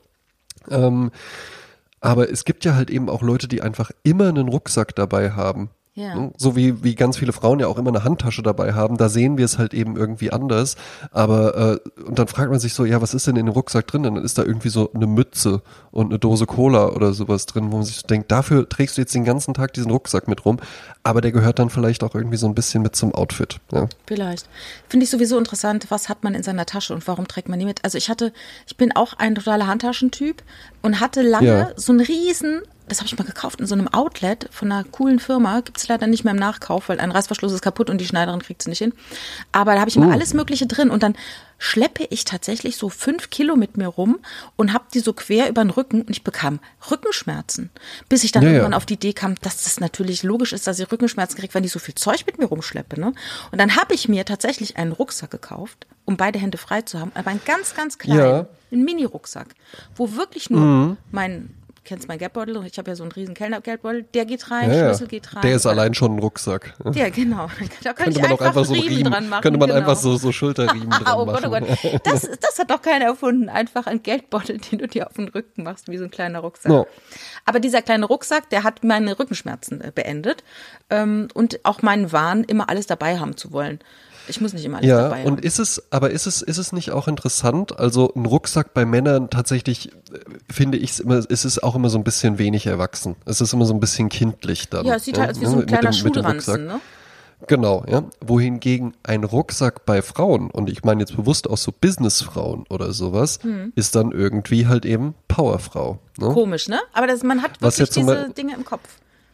Speaker 1: Aber es gibt ja halt eben auch Leute, die einfach immer einen Rucksack dabei haben. Ja. So wie ganz viele Frauen ja auch immer eine Handtasche dabei haben, da sehen wir es halt eben irgendwie anders. Aber und dann fragt man sich so, ja, was ist denn in dem Rucksack drin? Und dann ist da irgendwie so eine Mütze und eine Dose Cola oder sowas drin, wo man sich so denkt, dafür trägst du jetzt den ganzen Tag diesen Rucksack mit rum. Aber der gehört dann vielleicht auch irgendwie so ein bisschen mit zum Outfit. Ja.
Speaker 2: Vielleicht. Finde ich sowieso interessant, was hat man in seiner Tasche und warum trägt man die mit? Also ich bin auch ein totaler Handtaschentyp und hatte lange so einen riesen das habe ich mal gekauft in so einem Outlet von einer coolen Firma. Gibt es leider nicht mehr im Nachkauf, weil ein Reißverschluss ist kaputt und die Schneiderin kriegt es nicht hin. Aber da habe ich immer alles Mögliche drin und dann schleppe ich tatsächlich so 5 Kilo mit mir rum und habe die so quer über den Rücken und ich bekam Rückenschmerzen. Bis ich dann irgendwann auf die Idee kam, dass das natürlich logisch ist, dass ich Rückenschmerzen kriege, wenn ich so viel Zeug mit mir rumschleppe. Ne? Und dann habe ich mir tatsächlich einen Rucksack gekauft, um beide Hände frei zu haben, aber einen ganz, ganz kleinen, einen Mini-Rucksack, wo wirklich nur kennst mein Geldbeutel, ich habe ja so einen riesen Kellner-Geldbeutel, der geht rein, Schlüssel geht rein.
Speaker 1: Der ist allein schon ein Rucksack.
Speaker 2: Ja, genau. Da
Speaker 1: könnte man auch einfach so einen Riemen dran machen. Könnte man einfach so Schulterriemen dran machen.
Speaker 2: Oh Gott. Das hat doch keiner erfunden. Einfach ein Geldbeutel, den du dir auf den Rücken machst, wie so ein kleiner Rucksack. Ja. Aber dieser kleine Rucksack, der hat meine Rückenschmerzen beendet und auch meinen Wahn, immer alles dabei haben zu wollen. Ich muss nicht immer alles dabei haben.
Speaker 1: Und ist es nicht auch interessant, also ein Rucksack bei Männern tatsächlich, finde ich ist es auch immer so ein bisschen wenig erwachsen. Es ist immer so ein bisschen kindlich dann.
Speaker 2: Ja, es sieht halt aus wie so ein kleiner Schulranzen, ne?
Speaker 1: Genau, ja. Wohingegen ein Rucksack bei Frauen, und ich meine jetzt bewusst auch so Businessfrauen oder sowas, ist dann irgendwie halt eben Powerfrau. Ne?
Speaker 2: Komisch, ne? Aber man hat wirklich diese Dinge im Kopf.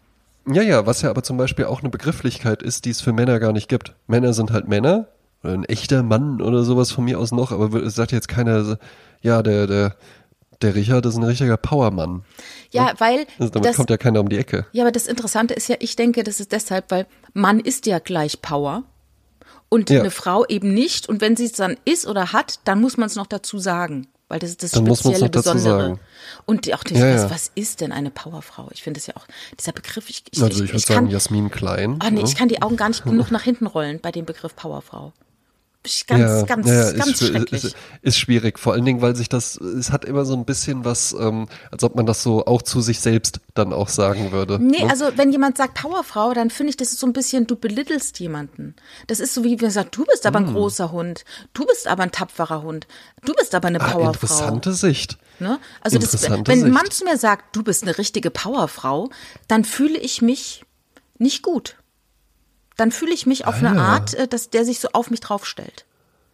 Speaker 1: Ja, was ja aber zum Beispiel auch eine Begrifflichkeit ist, die es für Männer gar nicht gibt. Männer sind halt Männer, oder ein echter Mann oder sowas von mir aus noch, aber es sagt jetzt keiner, ja, der Richard ist ein richtiger Powermann.
Speaker 2: Ja, weil
Speaker 1: also damit kommt ja keiner um die Ecke.
Speaker 2: Ja, aber das Interessante ist ja, ich denke, das ist deshalb, weil Mann ist ja gleich Power und eine Frau eben nicht. Und wenn sie es dann ist oder hat, dann muss man es noch dazu sagen. Weil das ist das spezielle, Besondere. Und auch was ist denn eine Powerfrau? Ich finde es ja auch, dieser Begriff, ich
Speaker 1: würde sagen Jasmin Klein.
Speaker 2: Ich kann die Augen gar nicht genug nach hinten rollen bei dem Begriff Powerfrau. Ganz schrecklich.
Speaker 1: Ist schwierig, vor allen Dingen, weil es hat immer so ein bisschen was, als ob man das so auch zu sich selbst dann auch sagen würde.
Speaker 2: Nee, ne? Also wenn jemand sagt Powerfrau, dann finde ich, das ist so ein bisschen, du belittelst jemanden. Das ist so wie wenn man sagt, du bist aber ein großer Hund, du bist aber ein tapferer Hund, du bist aber eine Powerfrau.
Speaker 1: Interessante Sicht.
Speaker 2: Ne? Also wenn ein Mann zu mir sagt, du bist eine richtige Powerfrau, dann fühle ich mich nicht gut. Dann fühle ich mich auf eine Art, dass der sich so auf mich draufstellt.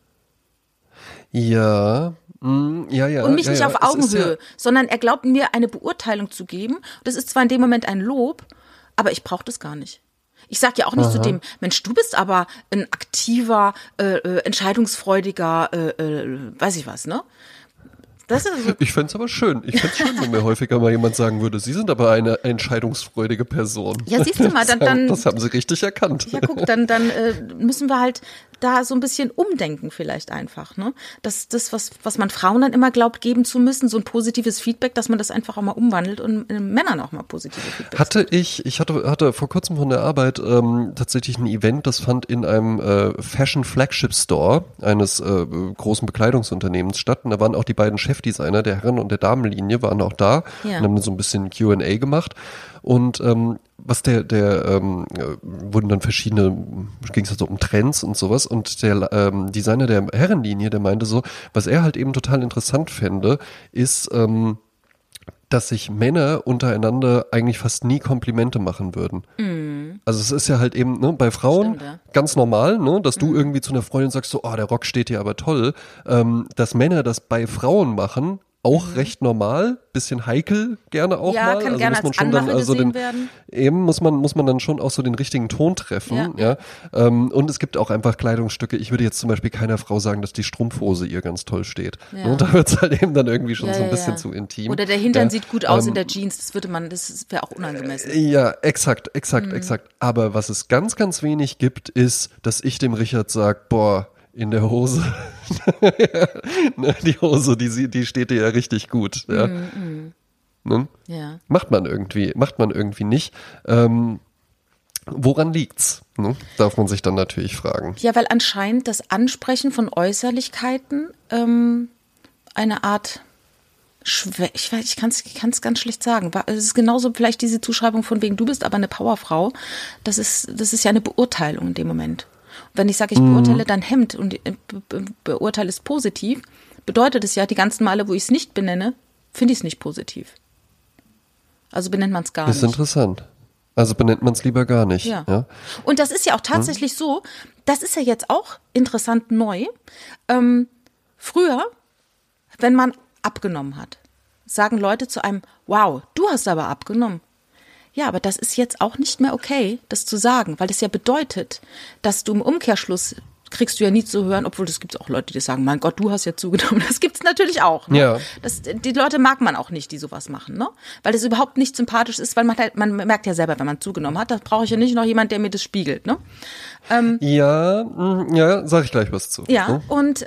Speaker 1: Ja.
Speaker 2: Und mich nicht auf Augenhöhe, sondern er glaubt mir eine Beurteilung zu geben. Das ist zwar in dem Moment ein Lob, aber ich brauche das gar nicht. Ich sage ja auch nicht zu dem, Mensch, du bist aber ein aktiver, entscheidungsfreudiger, weiß ich was, ne?
Speaker 1: Ich fände es aber schön. Ich fände es schön, wenn mir häufiger mal jemand sagen würde, Sie sind aber eine entscheidungsfreudige Person.
Speaker 2: Ja, siehst du mal, dann
Speaker 1: das haben Sie richtig erkannt.
Speaker 2: Ja, guck, dann müssen wir halt da so ein bisschen umdenken vielleicht einfach, ne? Das was man Frauen dann immer glaubt, geben zu müssen, so ein positives Feedback, dass man das einfach auch mal umwandelt und Männern auch mal positive Feedback.
Speaker 1: Ich hatte vor kurzem von der Arbeit tatsächlich ein Event, das fand in einem Fashion Flagship Store eines großen Bekleidungsunternehmens statt, und da waren auch die beiden Chefdesigner der Herren- und der Damenlinie waren auch da und haben so ein bisschen Q&A gemacht. Und wurden dann ging es also um Trends und sowas, und der Designer der Herrenlinie, der meinte so, was er halt eben total interessant fände, ist, dass sich Männer untereinander eigentlich fast nie Komplimente machen würden. Also es ist ja halt eben, ne, bei Frauen ganz normal, ne, dass du irgendwie zu einer Freundin sagst, so, oh, der Rock steht dir aber toll, dass Männer das bei Frauen machen, auch recht normal, bisschen heikel gerne auch
Speaker 2: ja,
Speaker 1: mal.
Speaker 2: Kann
Speaker 1: also
Speaker 2: gerne
Speaker 1: muss man
Speaker 2: als
Speaker 1: schon dann
Speaker 2: also werden.
Speaker 1: Eben muss man dann schon auch so den richtigen Ton treffen, ja. Und es gibt auch einfach Kleidungsstücke. Ich würde jetzt zum Beispiel keiner Frau sagen, dass die Strumpfhose ihr ganz toll steht. Ja. Und da wird es halt eben dann irgendwie schon so ein bisschen zu intim.
Speaker 2: Oder der Hintern sieht gut aus in der Jeans. Das wäre auch unangemessen.
Speaker 1: Ja, exakt. Aber was es ganz, ganz wenig gibt, ist, dass ich dem Richard sage, boah, in der Hose, die Hose, die steht dir ja richtig gut. Ja. Ne?
Speaker 2: Ja.
Speaker 1: Macht man irgendwie nicht. Woran liegt's? Ne? Darf man sich dann natürlich fragen.
Speaker 2: Ja, weil anscheinend das Ansprechen von Äußerlichkeiten eine Art ich kann es ganz schlecht sagen. Es ist genauso vielleicht diese Zuschreibung von wegen, du bist aber eine Powerfrau. Das ist ja eine Beurteilung in dem Moment. Wenn ich sage, ich beurteile dein Hemd und beurteile es positiv, bedeutet es ja, die ganzen Male, wo ich es nicht benenne, finde ich es nicht positiv. Also benennt man es gar nicht.
Speaker 1: Ist interessant. Also benennt man es lieber gar nicht.
Speaker 2: Ja. Und das ist ja auch tatsächlich so, das ist ja jetzt auch interessant neu. Früher, wenn man abgenommen hat, sagen Leute zu einem, wow, du hast aber abgenommen. Ja, aber das ist jetzt auch nicht mehr okay, das zu sagen, weil das ja bedeutet, dass du im Umkehrschluss kriegst du ja nie zu hören, obwohl das gibt es auch Leute, die sagen, mein Gott, du hast ja zugenommen. Das gibt es natürlich auch. Ne?
Speaker 1: Ja.
Speaker 2: Die Leute mag man auch nicht, die sowas machen, ne? Weil das überhaupt nicht sympathisch ist, weil man merkt ja selber, wenn man zugenommen hat, da brauche ich ja nicht noch jemand, der mir das spiegelt. Ne?
Speaker 1: Ja, sag ich gleich was zu.
Speaker 2: Ja, und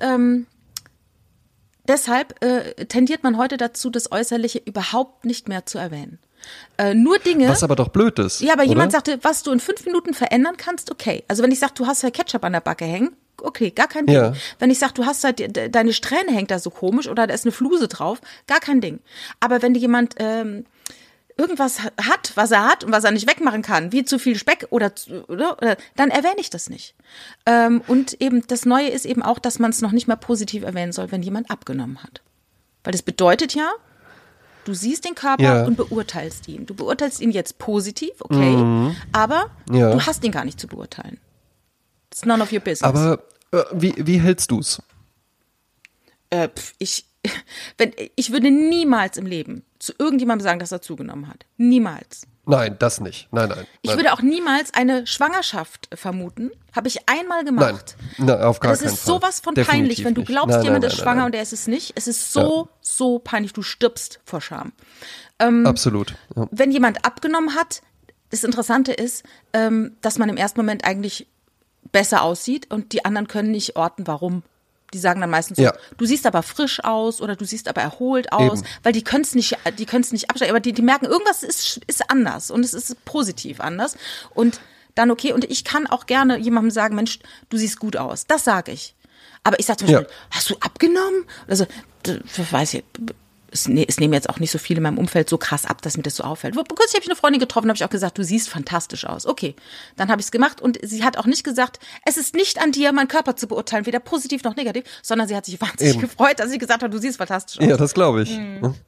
Speaker 2: deshalb tendiert man heute dazu, das Äußerliche überhaupt nicht mehr zu erwähnen. Nur Dinge.
Speaker 1: Was aber doch blöd ist.
Speaker 2: Ja, aber
Speaker 1: oder?
Speaker 2: jemand sagte, was du in 5 Minuten verändern kannst, okay. Also wenn ich sage, du hast ja Ketchup an der Backe hängen, okay, gar kein Ding.
Speaker 1: Ja.
Speaker 2: Wenn ich sage, du hast halt, deine Strähne hängt da so komisch oder da ist eine Fluse drauf, gar kein Ding. Aber wenn jemand irgendwas hat, was er hat und was er nicht wegmachen kann, wie zu viel Speck oder dann erwähne ich das nicht. Und eben das Neue ist eben auch, dass man es noch nicht mal positiv erwähnen soll, wenn jemand abgenommen hat. Weil das bedeutet ja, du siehst den Körper und beurteilst ihn. Du beurteilst ihn jetzt positiv, okay, aber du hast ihn gar nicht zu beurteilen. It's none of your business.
Speaker 1: Aber wie hältst du's?
Speaker 2: Ich würde niemals im Leben zu irgendjemandem sagen, dass er zugenommen hat. Niemals.
Speaker 1: Nein, das nicht. Nein.
Speaker 2: Ich würde auch niemals eine Schwangerschaft vermuten. Habe ich einmal gemacht.
Speaker 1: Nein, auf gar keinen Fall.
Speaker 2: Das ist sowas von
Speaker 1: Definitiv
Speaker 2: peinlich, wenn du
Speaker 1: nicht.
Speaker 2: glaubst, jemand ist schwanger
Speaker 1: nein.
Speaker 2: und er ist es nicht. Es ist so peinlich. Du stirbst vor Scham.
Speaker 1: Absolut. Ja.
Speaker 2: Wenn jemand abgenommen hat, das Interessante ist, dass man im ersten Moment eigentlich besser aussieht und die anderen können nicht orten, warum. Die sagen dann meistens so, du siehst aber frisch aus oder du siehst aber erholt aus, weil die können es nicht abstellen, aber die merken, irgendwas ist anders und es ist positiv anders und dann okay. Und ich kann auch gerne jemandem sagen, Mensch, du siehst gut aus. Das sage ich. Aber ich sage zum Beispiel, hast du abgenommen? Also, weiß ich, es nehmen jetzt auch nicht so viele in meinem Umfeld so krass ab, dass mir das so auffällt. Kürzlich habe ich eine Freundin getroffen, habe ich auch gesagt, du siehst fantastisch aus. Okay, dann habe ich es gemacht und sie hat auch nicht gesagt, es ist nicht an dir, meinen Körper zu beurteilen, weder positiv noch negativ, sondern sie hat sich wahnsinnig gefreut, dass ich gesagt habe, du siehst fantastisch aus.
Speaker 1: Ja, das glaube ich.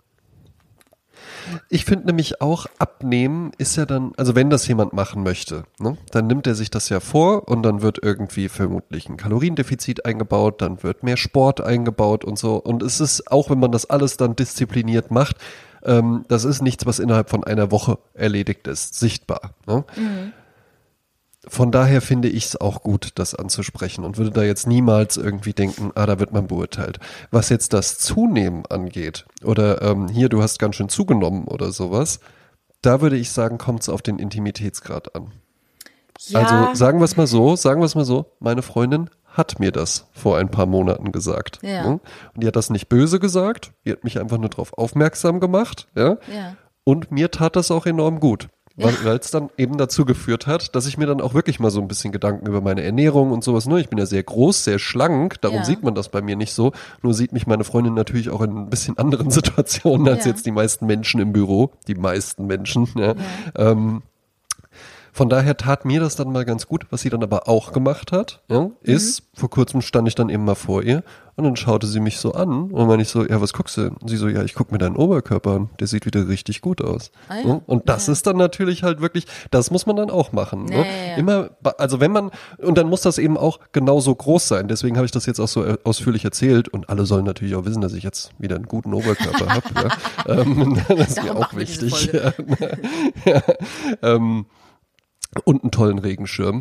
Speaker 1: Ich finde nämlich auch, abnehmen ist ja dann, also wenn das jemand machen möchte, ne, dann nimmt er sich das ja vor und dann wird irgendwie vermutlich ein Kaloriendefizit eingebaut, dann wird mehr Sport eingebaut und so. Und es ist, auch wenn man das alles dann diszipliniert macht, das ist nichts, was innerhalb von einer Woche erledigt ist, sichtbar. Ne? Von daher finde ich es auch gut, das anzusprechen und würde da jetzt niemals irgendwie denken, da wird man beurteilt. Was jetzt das Zunehmen angeht oder hier, du hast ganz schön zugenommen oder sowas, da würde ich sagen, kommt es auf den Intimitätsgrad an.
Speaker 2: Ja.
Speaker 1: Also sagen wir es mal so, meine Freundin hat mir das vor ein paar Monaten gesagt.
Speaker 2: Ja.
Speaker 1: Ne? Und die hat das nicht böse gesagt, die hat mich einfach nur darauf aufmerksam gemacht. Ja? Und mir tat das auch enorm gut. Weil es dann eben dazu geführt hat, dass ich mir dann auch wirklich mal so ein bisschen Gedanken über meine Ernährung und sowas, ne? Ich bin ja sehr groß, sehr schlank, darum sieht man das bei mir nicht so. Nur sieht mich meine Freundin natürlich auch in ein bisschen anderen Situationen als jetzt die meisten Menschen im Büro. Die meisten Menschen, ja. Von daher tat mir das dann mal ganz gut. Was sie dann aber auch gemacht hat, ist, vor kurzem stand ich dann eben mal vor ihr und dann schaute sie mich so an und dann meine ich so, ja, was guckst du denn? Und sie so, ja, ich guck mir deinen Oberkörper an, der sieht wieder richtig gut aus. Und das ist dann natürlich halt wirklich, das muss man dann auch machen. Ne? Immer, also wenn man, und dann muss das eben auch genauso groß sein. Deswegen habe ich das jetzt auch so ausführlich erzählt und alle sollen natürlich auch wissen, dass ich jetzt wieder einen guten Oberkörper habe. Das ist mir auch wichtig. Und einen tollen Regenschirm.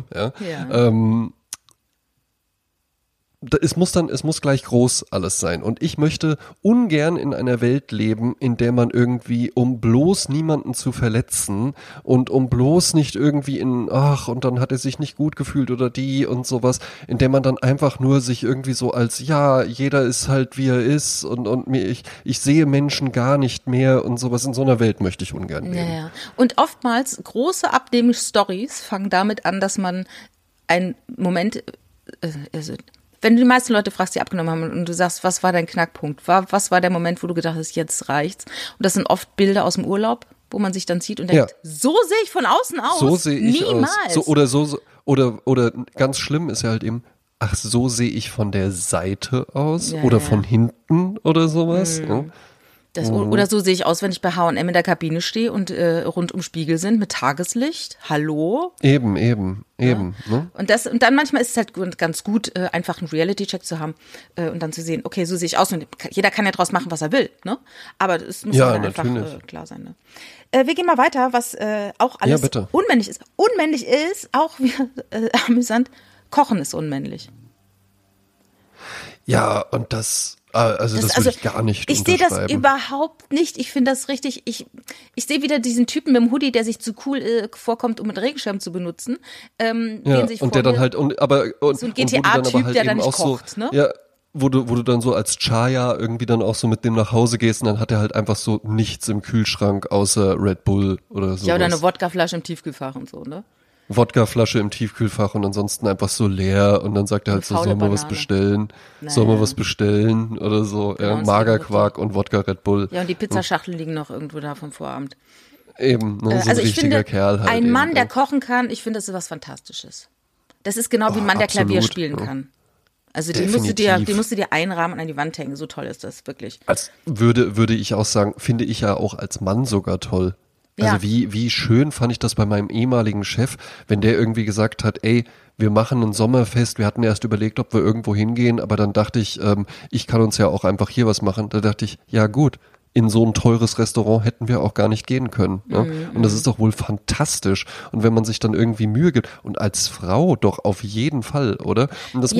Speaker 1: Es muss gleich groß alles sein. Und ich möchte ungern in einer Welt leben, in der man irgendwie, um bloß niemanden zu verletzen und um bloß nicht irgendwie und dann hat er sich nicht gut gefühlt oder die und sowas, in der man dann einfach nur sich irgendwie so als, ja, jeder ist halt wie er ist und ich sehe Menschen gar nicht mehr und sowas. In so einer Welt möchte ich ungern leben.
Speaker 2: Ja. Und oftmals große Abnehmungsstories fangen damit an, dass man einen Moment, wenn du die meisten Leute fragst, die abgenommen haben und du sagst, was war dein Knackpunkt? Was war der Moment, wo du gedacht hast, jetzt reicht's? Und das sind oft Bilder aus dem Urlaub, wo man sich dann sieht und denkt, so sehe ich von außen aus.
Speaker 1: So sehe ich
Speaker 2: niemals.
Speaker 1: aus. Oder ganz schlimm ist ja halt eben, ach, so sehe ich von der Seite aus oder von hinten oder sowas.
Speaker 2: Oder so sehe ich aus, wenn ich bei H&M in der Kabine stehe und rundum Spiegel sind mit Tageslicht. Hallo?
Speaker 1: Eben.
Speaker 2: Ja.
Speaker 1: Ne?
Speaker 2: Und dann manchmal ist es halt ganz gut, einfach einen Reality-Check zu haben und dann zu sehen, okay, so sehe ich aus. Und jeder kann ja draus machen, was er will, ne? Aber es muss dann einfach klar sein. Ne? Wir gehen mal weiter, was auch alles unmännlich ist. Unmännlich ist, auch amüsant, Kochen ist unmännlich.
Speaker 1: Ja, und das würde ich gar nicht
Speaker 2: Ich sehe das überhaupt nicht. Ich finde das richtig. Ich sehe wieder diesen Typen mit dem Hoodie, der sich zu cool vorkommt, um einen Regenschirm zu benutzen.
Speaker 1: Der dann halt, so
Speaker 2: ein GTA-Typ, der dann nicht kocht, ne?
Speaker 1: Ja, wo du dann so als Chaya irgendwie dann auch so mit dem nach Hause gehst und dann hat er halt einfach so nichts im Kühlschrank außer Red Bull oder so.
Speaker 2: Ja, oder eine Wodkaflasche im Tiefkühlfach und so, ne?
Speaker 1: Wodkaflasche im Tiefkühlfach und ansonsten einfach so leer und dann sagt er halt so, soll man was bestellen? Soll man was bestellen oder so? Genau, Magerquark und Wodka Red Bull.
Speaker 2: Ja, und die Pizzaschachteln liegen noch irgendwo da vom Vorabend.
Speaker 1: Eben, ne, so ein richtiger Kerl halt.
Speaker 2: Ein Mann, der kochen kann, ich finde, das ist was Fantastisches. Das ist genau wie ein Mann, der Klavier spielen kann. Also den musst du dir einrahmen und an die Wand hängen, so toll ist das, wirklich.
Speaker 1: Als würde ich auch sagen, finde ich ja auch als Mann sogar toll. Also wie schön fand ich das bei meinem ehemaligen Chef, wenn der irgendwie gesagt hat, ey, wir machen ein Sommerfest, wir hatten erst überlegt, ob wir irgendwo hingehen, aber dann dachte ich, ich kann uns ja auch einfach hier was machen. Da dachte ich, ja gut, in so ein teures Restaurant hätten wir auch gar nicht gehen können. Ne? Und das ist doch wohl fantastisch. Und wenn man sich dann irgendwie Mühe gibt, und als Frau doch auf jeden Fall, oder? Und das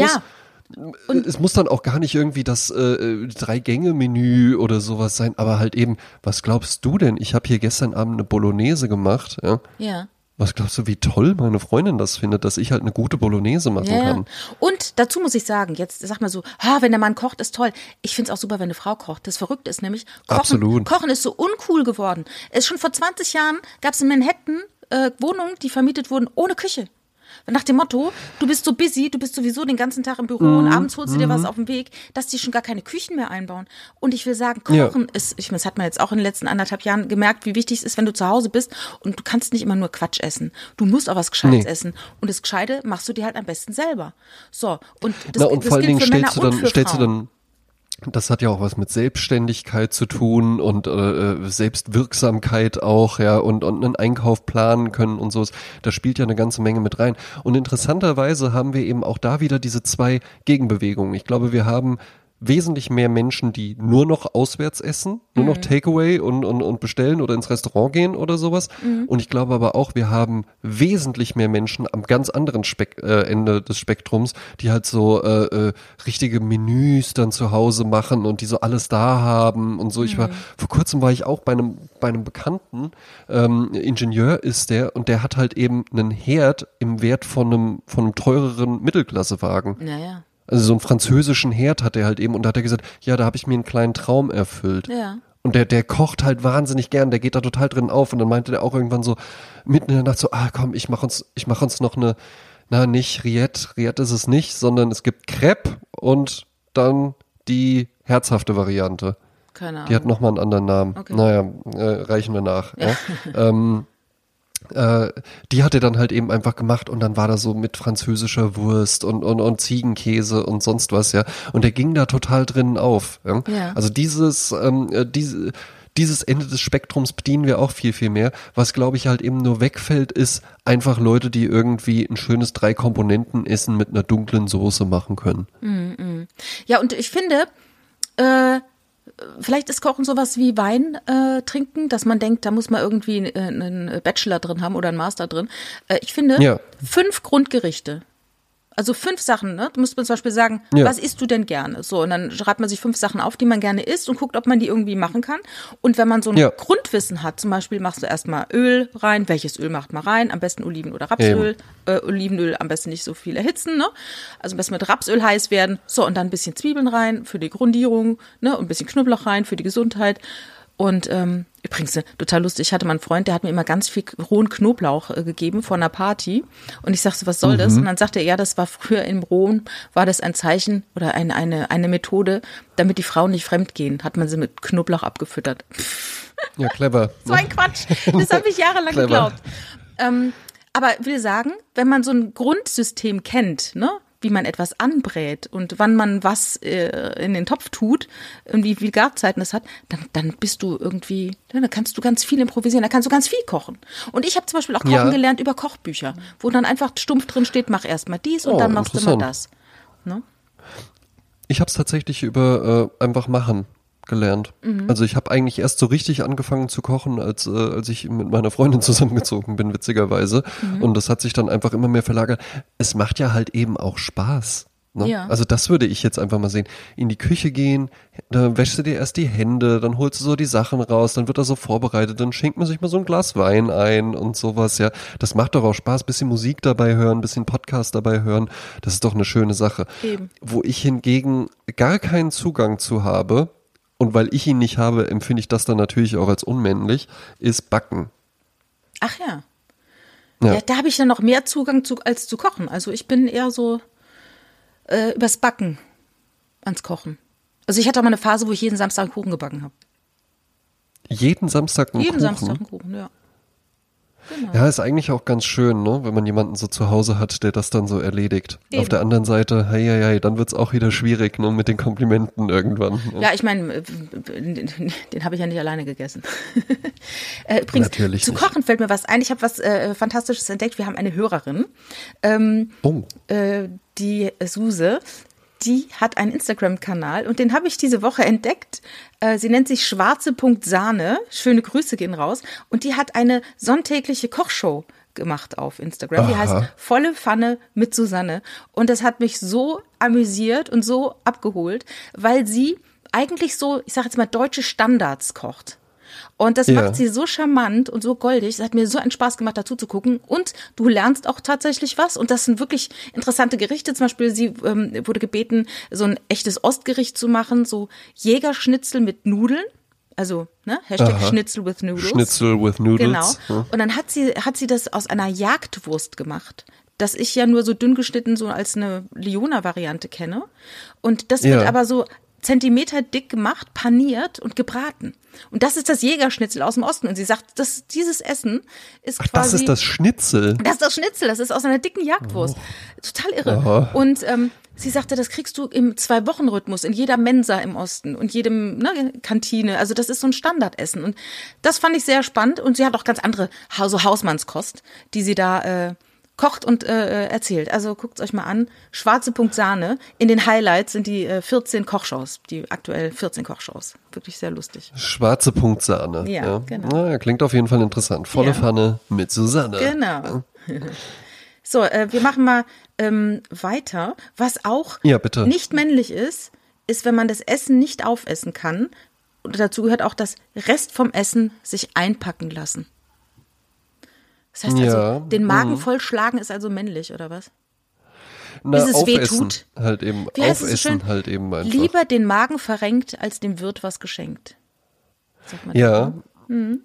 Speaker 1: es muss dann auch gar nicht irgendwie das 3-Gänge-Menü oder sowas sein, aber halt eben, was glaubst du denn? Ich habe hier gestern Abend eine Bolognese gemacht. Ja. Was glaubst du, wie toll meine Freundin das findet, dass ich halt eine gute Bolognese machen kann?
Speaker 2: Und dazu muss ich sagen, jetzt sag mal so, wenn der Mann kocht, ist toll. Ich finde es auch super, wenn eine Frau kocht. Das Verrückte ist nämlich, Kochen ist so uncool geworden. Schon vor 20 Jahren gab es in Manhattan Wohnungen, die vermietet wurden ohne Küche. Nach dem Motto, du bist so busy, du bist sowieso den ganzen Tag im Büro und abends holst du dir was auf den Weg, dass die schon gar keine Küchen mehr einbauen. Und ich will sagen, Kochen ist, das hat man jetzt auch in den letzten 1,5 Jahren gemerkt, wie wichtig es ist, wenn du zu Hause bist und du kannst nicht immer nur Quatsch essen. Du musst auch was Gescheites essen. Und das Gescheite machst du dir halt am besten selber. So, und das
Speaker 1: vor allen Dingen
Speaker 2: für Männer und für Frauen.
Speaker 1: Das hat ja auch was mit Selbstständigkeit zu tun und Selbstwirksamkeit auch, ja, und einen Einkauf planen können und so. Da spielt ja eine ganze Menge mit rein. Und interessanterweise haben wir eben auch da wieder diese 2 Gegenbewegungen. Ich glaube, wir haben wesentlich mehr Menschen, die nur noch auswärts essen, nur noch Takeaway und bestellen oder ins Restaurant gehen oder sowas. Und ich glaube aber auch, wir haben wesentlich mehr Menschen am ganz anderen Ende des Spektrums, die halt so richtige Menüs dann zu Hause machen und die so alles da haben und so. Vor kurzem war ich auch bei einem Bekannten, Ingenieur ist der, und der hat halt eben einen Herd im Wert von einem teureren Mittelklassewagen.
Speaker 2: Naja.
Speaker 1: Also so einen französischen Herd hat er halt eben, und da hat er gesagt, ja, da habe ich mir einen kleinen Traum erfüllt. Ja. Und der kocht halt wahnsinnig gern, der geht da total drin auf, und dann meinte der auch irgendwann so mitten in der Nacht so, komm, ich mach uns noch eine, nicht Rillette ist es nicht, sondern es gibt Crepe und dann die herzhafte Variante.
Speaker 2: Keine Ahnung.
Speaker 1: Die hat nochmal einen anderen Namen. Okay. Naja, reichen wir nach. Ja. Die hat er dann halt eben einfach gemacht, und dann war da so mit französischer Wurst und Ziegenkäse und sonst was, ja. Und der ging da total drinnen auf. Ja? Ja. Also dieses Ende des Spektrums bedienen wir auch viel, viel mehr. Was, glaube ich, halt eben nur wegfällt, ist einfach Leute, die irgendwie ein schönes 3-Komponenten-Essen mit einer dunklen Soße machen können.
Speaker 2: Ja, und ich finde, vielleicht ist Kochen sowas wie Wein trinken, dass man denkt, da muss man irgendwie einen Bachelor drin haben oder einen Master drin. Ich finde, 5 Grundgerichte. Also 5 Sachen, ne? Du musst zum Beispiel sagen, was isst du denn gerne? So, und dann schreibt man sich 5 Sachen auf, die man gerne isst, und guckt, ob man die irgendwie machen kann. Und wenn man so ein Grundwissen hat, zum Beispiel machst du erstmal Öl rein. Welches Öl macht man rein? Am besten Oliven- oder Rapsöl. Olivenöl am besten nicht so viel erhitzen, ne? Also am besten mit Rapsöl heiß werden. So, und dann ein bisschen Zwiebeln rein für die Grundierung, ne? Und ein bisschen Knoblauch rein für die Gesundheit. Und übrigens, total lustig, ich hatte mal einen Freund, der hat mir immer ganz viel rohen Knoblauch gegeben vor einer Party. Und ich sagte, was soll das? Und dann sagte er, ja, das war früher im Rom, war das ein Zeichen oder eine Methode, damit die Frauen nicht fremd gehen. Hat man sie mit Knoblauch abgefüttert.
Speaker 1: Ja, clever.
Speaker 2: So ein Quatsch. Das habe ich jahrelang geglaubt. Aber ich will sagen, wenn man so ein Grundsystem kennt, ne? wie man etwas anbrät und wann man was in den Topf tut und wie viel Garzeiten es hat, dann bist du irgendwie, dann kannst du ganz viel improvisieren, dann kannst du ganz viel kochen. Und ich habe zum Beispiel auch kochen gelernt über Kochbücher, wo dann einfach stumpf drin steht, mach erst mal dies und dann machst du mal das. Ne?
Speaker 1: Ich habe es tatsächlich über einfach machen gelernt. Also ich habe eigentlich erst so richtig angefangen zu kochen, als ich mit meiner Freundin zusammengezogen bin, witzigerweise. Und das hat sich dann einfach immer mehr verlagert. Es macht ja halt eben auch Spaß. Ne?
Speaker 2: Ja.
Speaker 1: Also das würde ich jetzt einfach mal sehen. In die Küche gehen, da wäschst du dir erst die Hände, dann holst du so die Sachen raus, dann wird das so vorbereitet, dann schenkt man sich mal so ein Glas Wein ein und sowas, ja. Das macht doch auch Spaß, bisschen Musik dabei hören, bisschen Podcast dabei hören. Das ist doch eine schöne Sache.
Speaker 2: Eben.
Speaker 1: Wo ich hingegen gar keinen Zugang zu habe, und weil ich ihn nicht habe, empfinde ich das dann natürlich auch als unmännlich, ist Backen.
Speaker 2: Ach ja. Ja, da habe ich dann noch mehr Zugang zu als zu kochen. Also ich bin eher so übers Backen ans Kochen. Also ich hatte auch mal eine Phase, wo ich jeden Samstag einen Kuchen gebacken habe.
Speaker 1: Jeden Samstag einen
Speaker 2: Jeden
Speaker 1: Kuchen?
Speaker 2: Samstag einen Kuchen, ja. Genau.
Speaker 1: Ja, ist eigentlich auch ganz schön, ne, wenn man jemanden so zu Hause hat, der das dann so erledigt.
Speaker 2: Eben.
Speaker 1: Auf der anderen Seite, hei, dann wird's auch wieder schwierig, ne, mit den Komplimenten irgendwann. Ne?
Speaker 2: Ja, ich meine, den habe ich ja nicht alleine gegessen. Übrigens,
Speaker 1: Natürlich
Speaker 2: zu
Speaker 1: nicht.
Speaker 2: Kochen fällt mir was ein. Ich habe was Fantastisches entdeckt. Wir haben eine Hörerin, die Suse. Die hat einen Instagram-Kanal und den habe ich diese Woche entdeckt. Sie nennt sich schwarze.sahne. Schöne Grüße gehen raus. Und die hat eine sonntägliche Kochshow gemacht auf Instagram. Die heißt Volle Pfanne mit Susanne. Und das hat mich so amüsiert und so abgeholt, weil sie eigentlich so, ich sage jetzt mal, deutsche Standards kocht. Und das macht sie so charmant und so goldig. Es hat mir so einen Spaß gemacht, dazu zu gucken. Und du lernst auch tatsächlich was. Und das sind wirklich interessante Gerichte. Zum Beispiel, sie wurde gebeten, so ein echtes Ostgericht zu machen. So Jägerschnitzel mit Nudeln. Also, ne, Hashtag Schnitzel with Noodles.
Speaker 1: Schnitzel with Noodles.
Speaker 2: Genau. Und dann hat sie das aus einer Jagdwurst gemacht. Das ich ja nur so dünn geschnitten so als eine Leona-Variante kenne. Und das wird aber so Zentimeter dick gemacht, paniert und gebraten. Und das ist das Jägerschnitzel aus dem Osten. Und sie sagt, dieses Essen ist quasi...
Speaker 1: Das ist das Schnitzel?
Speaker 2: Das ist das Schnitzel, das ist aus einer dicken Jagdwurst. Total irre.
Speaker 1: Aha.
Speaker 2: Und sie sagte, das kriegst du im 2-Wochen-Rhythmus in jeder Mensa im Osten und jedem Kantine. Also das ist so ein Standardessen. Und das fand ich sehr spannend. Und sie hat auch ganz andere so Hausmannskost, die sie da kocht und erzählt. Also guckt's euch mal an. Schwarze.sahne. In den Highlights sind die 14 Kochshows, die aktuell 14 Kochshows. Wirklich sehr lustig.
Speaker 1: Schwarze.sahne.
Speaker 2: Ja, genau.
Speaker 1: Na, klingt auf jeden Fall interessant. Volle Pfanne mit Susanne.
Speaker 2: Genau. So, wir machen mal weiter. Was auch
Speaker 1: bitte.
Speaker 2: nicht männlich ist, wenn man das Essen nicht aufessen kann. Und dazu gehört auch das Rest vom Essen sich einpacken lassen. Das heißt also, den Magen vollschlagen ist also männlich, oder was?
Speaker 1: Na,
Speaker 2: bis es
Speaker 1: aufessen
Speaker 2: wehtut.
Speaker 1: Halt eben,
Speaker 2: Wie heißt es so
Speaker 1: aufessen
Speaker 2: schön?
Speaker 1: halt eben einfach.
Speaker 2: Lieber den Magen verrenkt, als dem Wirt was geschenkt. Sagt man
Speaker 1: Ja.
Speaker 2: das, ne?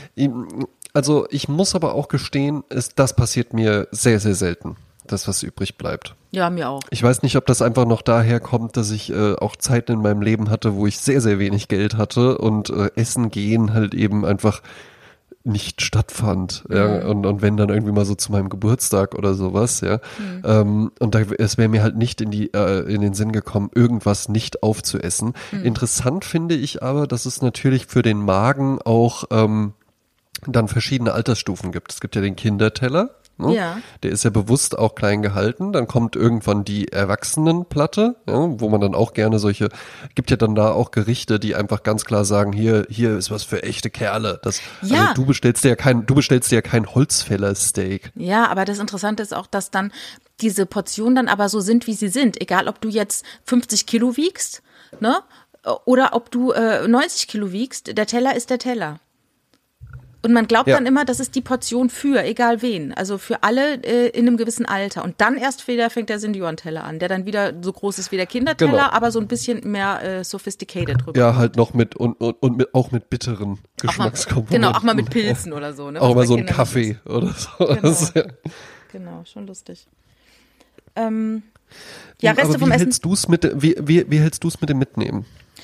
Speaker 1: Also ich muss aber auch gestehen, das passiert mir sehr, sehr selten, das was übrig bleibt.
Speaker 2: Ja, mir auch.
Speaker 1: Ich weiß nicht, ob das einfach noch daher kommt, dass ich auch Zeiten in meinem Leben hatte, wo ich sehr, sehr wenig Geld hatte und Essen gehen halt eben einfach nicht stattfand. Ja, und wenn dann irgendwie mal so zu meinem Geburtstag oder sowas, ja. Und es wäre mir halt nicht in den Sinn gekommen, irgendwas nicht aufzuessen. Interessant finde ich aber, dass es natürlich für den Magen auch dann verschiedene Altersstufen gibt. Es gibt ja den Kinderteller. Ne?
Speaker 2: Ja.
Speaker 1: Der ist ja bewusst auch klein gehalten. Dann kommt irgendwann die Erwachsenenplatte, ja, wo man dann auch gerne gibt ja dann da auch Gerichte, die einfach ganz klar sagen, hier ist was für echte Kerle. Also du bestellst dir ja kein Holzfällersteak.
Speaker 2: Ja, aber das Interessante ist auch, dass dann diese Portionen dann aber so sind, wie sie sind. Egal, ob du jetzt 50 Kilo wiegst, ne? Oder ob du 90 Kilo wiegst, der Teller ist der Teller. Und man glaubt dann immer, das ist die Portion für egal wen, also für alle in einem gewissen Alter. Und dann erst wieder fängt der Seniorenteller an, der dann wieder so groß ist wie der Kinderteller, aber so ein bisschen mehr sophisticated drüber.
Speaker 1: Ja, halt noch auch mit bitteren Geschmackskomponenten.
Speaker 2: Genau, auch mal mit Pilzen oder so. Ne,
Speaker 1: auch mal so ein Kaffee oder so.
Speaker 2: Genau, schon lustig. Reste
Speaker 1: aber
Speaker 2: vom Essen.
Speaker 1: Wie hältst du es mit dem Mitnehmen?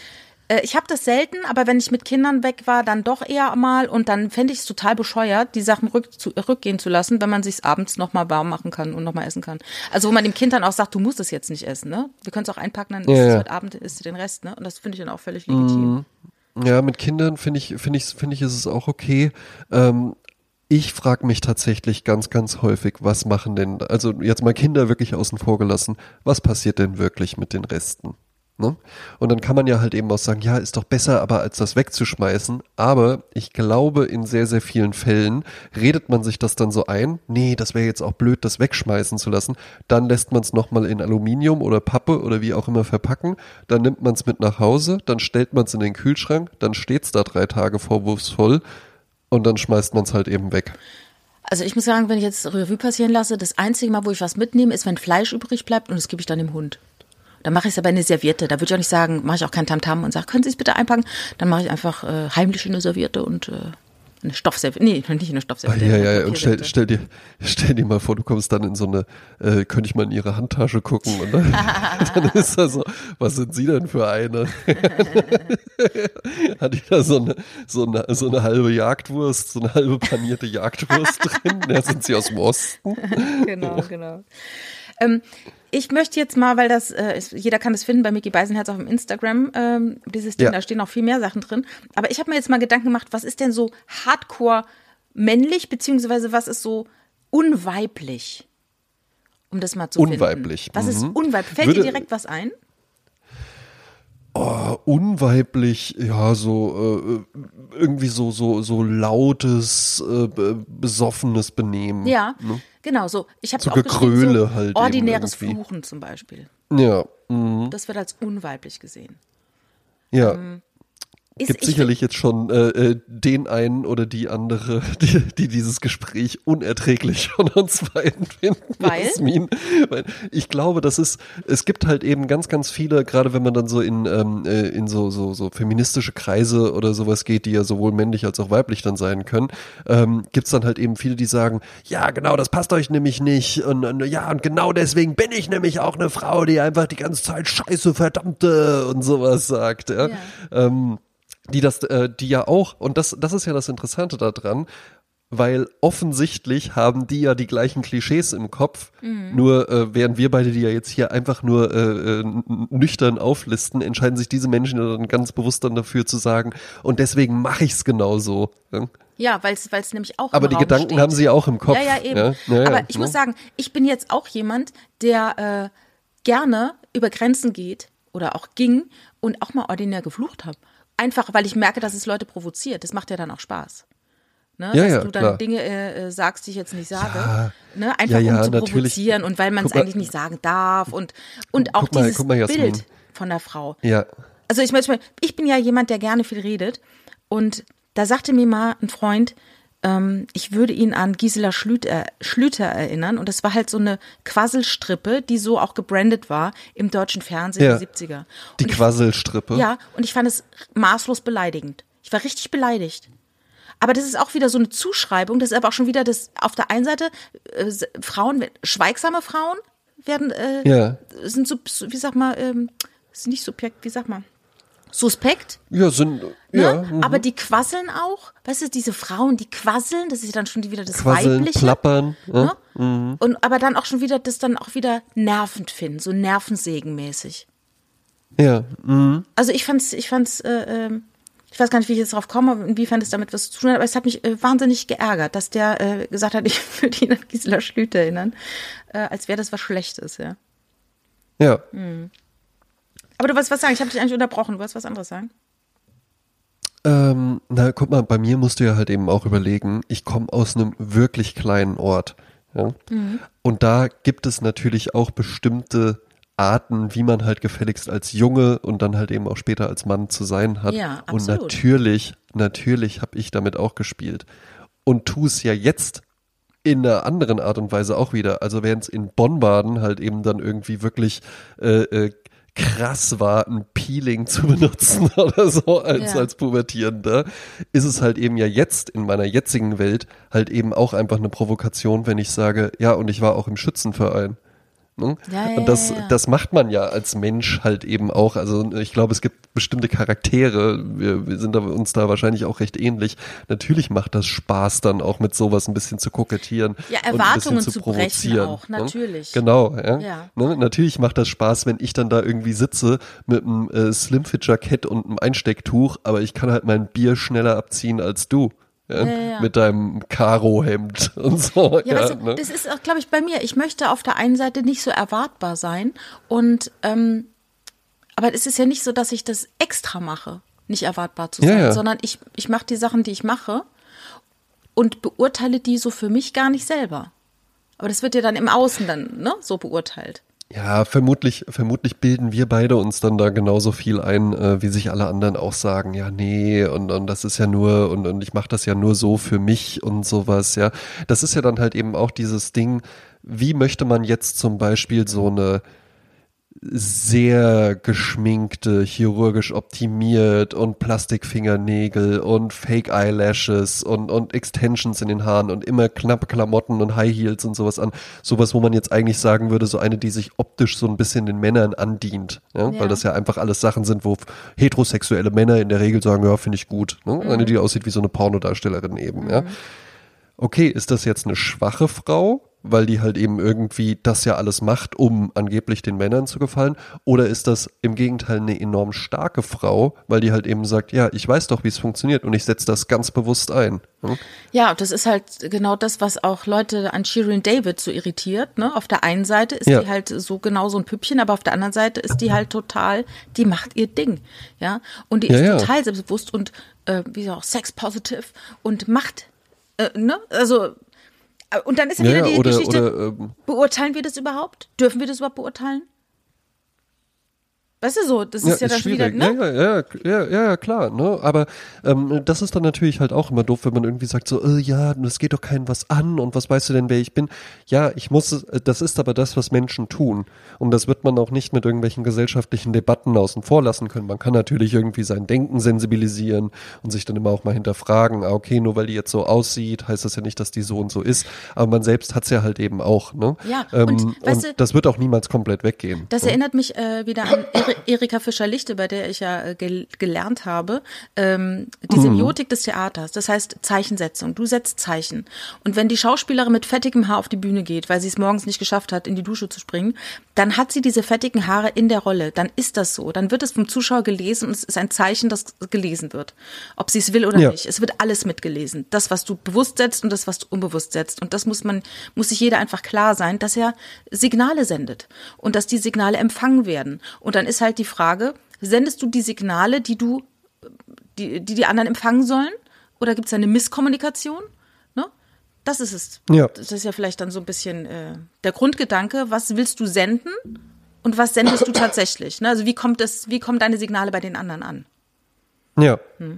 Speaker 2: Ich habe das selten, aber wenn ich mit Kindern weg war, dann doch eher mal und dann fände ich es total bescheuert, die Sachen rückgehen zu lassen, wenn man sich's abends nochmal warm machen kann und nochmal essen kann. Also wo man dem Kind dann auch sagt, du musst es jetzt nicht essen, ne? Wir können es auch einpacken, dann isst es heute Abend, isst du den Rest, ne? Und das finde ich dann auch völlig legitim.
Speaker 1: Ja, mit Kindern finde ich, ist es auch okay. Ich frage mich tatsächlich ganz, ganz häufig, was machen denn, also jetzt mal Kinder wirklich außen vor gelassen, was passiert denn wirklich mit den Resten? Ne? Und dann kann man ja halt eben auch sagen, ja, ist doch besser, aber als das wegzuschmeißen. Aber ich glaube, in sehr, sehr vielen Fällen redet man sich das dann so ein, nee, das wäre jetzt auch blöd, das wegschmeißen zu lassen. Dann lässt man es nochmal in Aluminium oder Pappe oder wie auch immer verpacken. Dann nimmt man es mit nach Hause, dann stellt man es in den Kühlschrank, dann steht es da 3 Tage vorwurfsvoll und dann schmeißt man es halt eben weg.
Speaker 2: Also ich muss sagen, wenn ich jetzt Revue passieren lasse, das einzige Mal, wo ich was mitnehme, ist, wenn Fleisch übrig bleibt und das gebe ich dann dem Hund. Dann mache ich es aber in eine Serviette. Da würde ich auch nicht sagen, mache ich auch kein Tamtam und sage, können Sie es bitte einpacken? Dann mache ich einfach heimlich eine Serviette und eine Stoffserviette. Nee, nicht eine Stoffserviette.
Speaker 1: Ja, und stell dir mal vor, du kommst dann in so eine, könnte ich mal in ihre Handtasche gucken und dann ist da so, was sind Sie denn für eine? Hat die da so eine halbe Jagdwurst, so eine halbe panierte Jagdwurst drin? Ja, sind Sie aus dem Osten?
Speaker 2: Genau. Ich möchte jetzt mal, weil das, jeder kann es finden bei Micky Beisenherz auf dem Instagram, dieses Ding, da stehen auch viel mehr Sachen drin. Aber ich habe mir jetzt mal Gedanken gemacht, was ist denn so hardcore männlich, beziehungsweise was ist so unweiblich? Um das mal zu
Speaker 1: unweiblich.
Speaker 2: finden. Was ist unweiblich? Fällt dir direkt was ein?
Speaker 1: Oh, unweiblich, ja, so irgendwie so lautes, besoffenes Benehmen.
Speaker 2: Ja, ne? Genau, so. Ich habe
Speaker 1: so
Speaker 2: auch
Speaker 1: Gegröle
Speaker 2: so
Speaker 1: halt.
Speaker 2: Ordinäres Fluchen zum Beispiel.
Speaker 1: Ja.
Speaker 2: Das wird als unweiblich gesehen.
Speaker 1: Ja. Gibt sicherlich jetzt schon den einen oder die andere, die dieses Gespräch unerträglich von uns beiden finden.
Speaker 2: Weil?
Speaker 1: Jasmin. Weil ich glaube, es gibt halt eben ganz, ganz viele, gerade wenn man dann so in so feministische Kreise oder sowas geht, die ja sowohl männlich als auch weiblich dann sein können, gibt's dann halt eben viele, die sagen, ja genau, das passt euch nämlich nicht und genau deswegen bin ich nämlich auch eine Frau, die einfach die ganze Zeit Scheiße, verdammte und sowas sagt. Ja. Die ja auch, und das ist ja das Interessante daran, weil offensichtlich haben die ja die gleichen Klischees im Kopf, nur während wir beide die ja jetzt hier einfach nur nüchtern auflisten, entscheiden sich diese Menschen dann ganz bewusst dann dafür zu sagen, und deswegen mache ich es genauso.
Speaker 2: Ja, weil es nämlich auch
Speaker 1: aber
Speaker 2: im
Speaker 1: die
Speaker 2: Raum
Speaker 1: Gedanken
Speaker 2: steht.
Speaker 1: haben sie auch im Kopf.
Speaker 2: Ja, eben.
Speaker 1: Ja,
Speaker 2: aber ich muss sagen, ich bin jetzt auch jemand, der gerne über Grenzen geht oder auch ging und auch mal ordinär geflucht habe. Einfach, weil ich merke, dass es Leute provoziert. Das macht ja dann auch Spaß. Ne? Dass du dann
Speaker 1: klar.
Speaker 2: Dinge sagst, die ich jetzt nicht sage.
Speaker 1: Ja.
Speaker 2: Ne? Einfach um zu
Speaker 1: natürlich.
Speaker 2: provozieren und weil man es eigentlich nicht sagen darf. Und auch dieses Bild von der Frau.
Speaker 1: Ja.
Speaker 2: Also ich bin ja jemand, der gerne viel redet. Und da sagte mir mal ein Freund, ich würde ihn an Gisela Schlüter erinnern. Und das war halt so eine Quasselstrippe, die so auch gebrandet war im deutschen Fernsehen der 70er.
Speaker 1: Die Quasselstrippe?
Speaker 2: Ja, und ich fand es maßlos beleidigend. Ich war richtig beleidigt. Aber das ist auch wieder so eine Zuschreibung. Das ist aber auch schon wieder das, auf der einen Seite, schweigsame Frauen sind so, wie sag mal, sind nicht Subjekt, wie sag mal, suspekt.
Speaker 1: Ja,
Speaker 2: Aber die quasseln auch. Weißt du, diese Frauen, die quasseln, das ist dann schon wieder das
Speaker 1: Quasseln,
Speaker 2: Weibliche.
Speaker 1: Plappern.
Speaker 2: Ne? Und aber dann auch schon wieder, das dann auch wieder nervend finden, so nervensägenmäßig.
Speaker 1: Ja.
Speaker 2: Also ich fand's, ich weiß gar nicht, wie ich jetzt drauf komme, inwiefern das damit was zu tun hat, aber es hat mich wahnsinnig geärgert, dass der gesagt hat, ich würde ihn an Gisela Schlüter erinnern, als wäre das was Schlechtes, ja.
Speaker 1: Ja.
Speaker 2: Aber du wolltest was sagen, ich habe dich eigentlich unterbrochen, du wolltest was anderes sagen?
Speaker 1: Guck mal, bei mir musst du ja halt eben auch überlegen, ich komme aus einem wirklich kleinen Ort. Ja? Und da gibt es natürlich auch bestimmte Arten, wie man halt gefälligst als Junge und dann halt eben auch später als Mann zu sein hat.
Speaker 2: Ja,
Speaker 1: und
Speaker 2: absolut.
Speaker 1: natürlich habe ich damit auch gespielt. Und tu es ja jetzt in einer anderen Art und Weise auch wieder. Also während es in Bonn-Baden halt eben dann irgendwie wirklich krass war, ein Peeling zu benutzen oder so als Pubertierender, ist es halt eben ja jetzt in meiner jetzigen Welt halt eben auch einfach eine Provokation, wenn ich sage, ja, und ich war auch im Schützenverein. Ne? Und das macht man ja als Mensch halt eben auch. Also ich glaube, es gibt bestimmte Charaktere, wir sind uns da wahrscheinlich auch recht ähnlich. Natürlich macht das Spaß, dann auch mit sowas ein bisschen zu kokettieren.
Speaker 2: Ja, Erwartungen
Speaker 1: und ein bisschen
Speaker 2: zu brechen auch,
Speaker 1: ne?
Speaker 2: natürlich.
Speaker 1: Genau, ja.
Speaker 2: Ja.
Speaker 1: Ne? Natürlich macht das Spaß, wenn ich dann da irgendwie sitze mit einem Slimfit-Jackett und einem Einstecktuch, aber ich kann halt mein Bier schneller abziehen als du. Ja. Mit deinem Karo-Hemd und so.
Speaker 2: Ja, weißt du, das ist auch, glaube ich, bei mir. Ich möchte auf der einen Seite nicht so erwartbar sein und aber es ist ja nicht so, dass ich das extra mache, nicht erwartbar zu sein, sondern ich mache die Sachen, die ich mache und beurteile die so für mich gar nicht selber. Aber das wird ja dann im Außen dann so beurteilt.
Speaker 1: Ja, vermutlich bilden wir beide uns dann da genauso viel ein, wie sich alle anderen auch sagen, ja, nee, und das ist ja nur, und ich mache das ja nur so für mich und sowas, ja. Das ist ja dann halt eben auch dieses Ding, wie möchte man jetzt zum Beispiel so eine sehr geschminkte, chirurgisch optimiert und Plastikfingernägel und Fake Eyelashes und Extensions in den Haaren und immer knappe Klamotten und High Heels und sowas an. Sowas, wo man jetzt eigentlich sagen würde, so eine, die sich optisch so ein bisschen den Männern andient. Ja? Weil das ja einfach alles Sachen sind, wo heterosexuelle Männer in der Regel sagen, ja, finde ich gut. Ne? Eine, die aussieht wie so eine Pornodarstellerin eben. Ja? Okay, ist das jetzt eine schwache Frau, weil die halt eben irgendwie das ja alles macht, um angeblich den Männern zu gefallen? Oder ist das im Gegenteil eine enorm starke Frau, weil die halt eben sagt, ja, ich weiß doch, wie es funktioniert und ich setze das ganz bewusst ein.
Speaker 2: Ja, das ist halt genau das, was auch Leute an Shirin David so irritiert. Ne? Auf der einen Seite ist die halt so genau so ein Püppchen, aber auf der anderen Seite ist die halt total, die macht ihr Ding. Ja, und die ist total selbstbewusst und wie auch sex-positive und macht, ne, also. Und dann ist ja wieder die Geschichte, beurteilen wir das überhaupt? Dürfen wir das überhaupt beurteilen? Weißt du so, das ist ja dann schon wieder, ne?
Speaker 1: Ja, klar, ne? Aber das ist dann natürlich halt auch immer doof, wenn man irgendwie sagt so, ja, das geht doch keinem was an und was weißt du denn, wer ich bin? Ja, das ist aber das, was Menschen tun. Und das wird man auch nicht mit irgendwelchen gesellschaftlichen Debatten außen vor lassen können. Man kann natürlich irgendwie sein Denken sensibilisieren und sich dann immer auch mal hinterfragen, okay, nur weil die jetzt so aussieht, heißt das ja nicht, dass die so und so ist. Aber man selbst hat's ja halt eben auch, ne?
Speaker 2: Ja,
Speaker 1: und das wird auch niemals komplett weggehen.
Speaker 2: Das erinnert mich wieder an Erika Fischer-Lichte, bei der ich ja gelernt habe, die Semiotik des Theaters, das heißt Zeichensetzung. Du setzt Zeichen. Und wenn die Schauspielerin mit fettigem Haar auf die Bühne geht, weil sie es morgens nicht geschafft hat, in die Dusche zu springen, dann hat sie diese fettigen Haare in der Rolle. Dann ist das so. Dann wird es vom Zuschauer gelesen und es ist ein Zeichen, das gelesen wird. Ob sie es will oder nicht. Es wird alles mitgelesen. Das, was du bewusst setzt und das, was du unbewusst setzt. Und das muss sich jeder einfach klar sein, dass er Signale sendet und dass die Signale empfangen werden. Und dann ist halt die Frage, sendest du die Signale, die die anderen empfangen sollen? Oder gibt es eine Misskommunikation? Ne? Das ist es. Ja. Das ist ja vielleicht dann so ein bisschen der Grundgedanke, was willst du senden und was sendest du tatsächlich? Ne? Also wie kommen deine Signale bei den anderen an?
Speaker 1: Ja.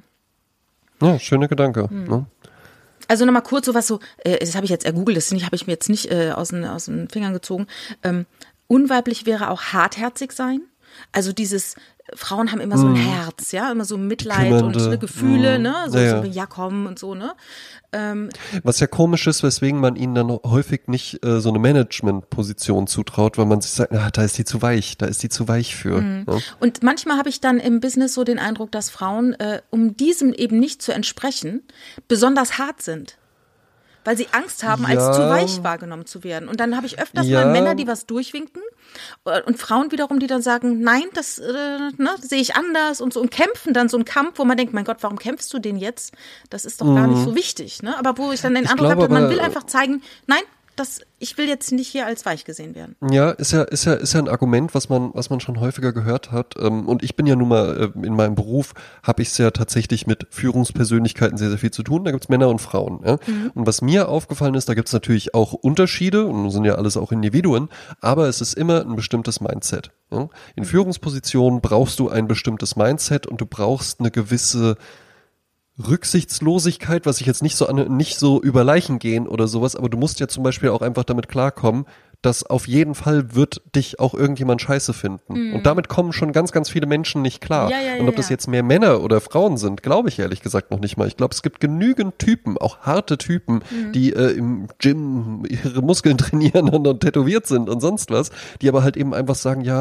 Speaker 1: Ja, schöner Gedanke. Ne?
Speaker 2: Also nochmal kurz sowas so, das habe ich jetzt ergoogelt, das habe ich mir jetzt nicht aus den Fingern gezogen. Unweiblich wäre auch hartherzig sein. Also Frauen haben immer so ein Herz, ja, immer so Mitleid und Gefühle, ne, so ja komm und so, ne.
Speaker 1: Was ja komisch ist, weswegen man ihnen dann häufig nicht so eine Management-Position zutraut, weil man sich sagt, da ist die zu weich für. Ne?
Speaker 2: Und manchmal habe ich dann im Business so den Eindruck, dass Frauen, um diesem eben nicht zu entsprechen, besonders hart sind. Weil sie Angst haben, als zu weich wahrgenommen zu werden. Und dann habe ich öfters mal Männer, die was durchwinken und Frauen wiederum, die dann sagen, nein, das sehe ich anders und so und kämpfen dann so einen Kampf, wo man denkt, mein Gott, warum kämpfst du den jetzt? Das ist doch gar nicht so wichtig. Ne? Aber wo ich dann den Eindruck habe, man will einfach zeigen, nein, ich will jetzt nicht hier als weich gesehen werden.
Speaker 1: Ja, ist ja ein Argument, was man schon häufiger gehört hat. Und ich bin ja nun mal in meinem Beruf, habe ich es ja tatsächlich mit Führungspersönlichkeiten sehr, sehr viel zu tun. Da gibt's Männer und Frauen. Ja? Und was mir aufgefallen ist, da gibt's natürlich auch Unterschiede und sind ja alles auch Individuen, aber es ist immer ein bestimmtes Mindset. Ja? In Führungspositionen brauchst du ein bestimmtes Mindset und du brauchst eine gewisse Rücksichtslosigkeit, was ich jetzt nicht so über Leichen gehen oder sowas, aber du musst ja zum Beispiel auch einfach damit klarkommen, dass auf jeden Fall wird dich auch irgendjemand scheiße finden. Und damit kommen schon ganz, ganz viele Menschen nicht klar. Und ob das jetzt mehr Männer oder Frauen sind, glaube ich ehrlich gesagt noch nicht mal. Ich glaube, es gibt genügend Typen, auch harte Typen, die im Gym ihre Muskeln trainieren und tätowiert sind und sonst was, die aber halt eben einfach sagen, ja,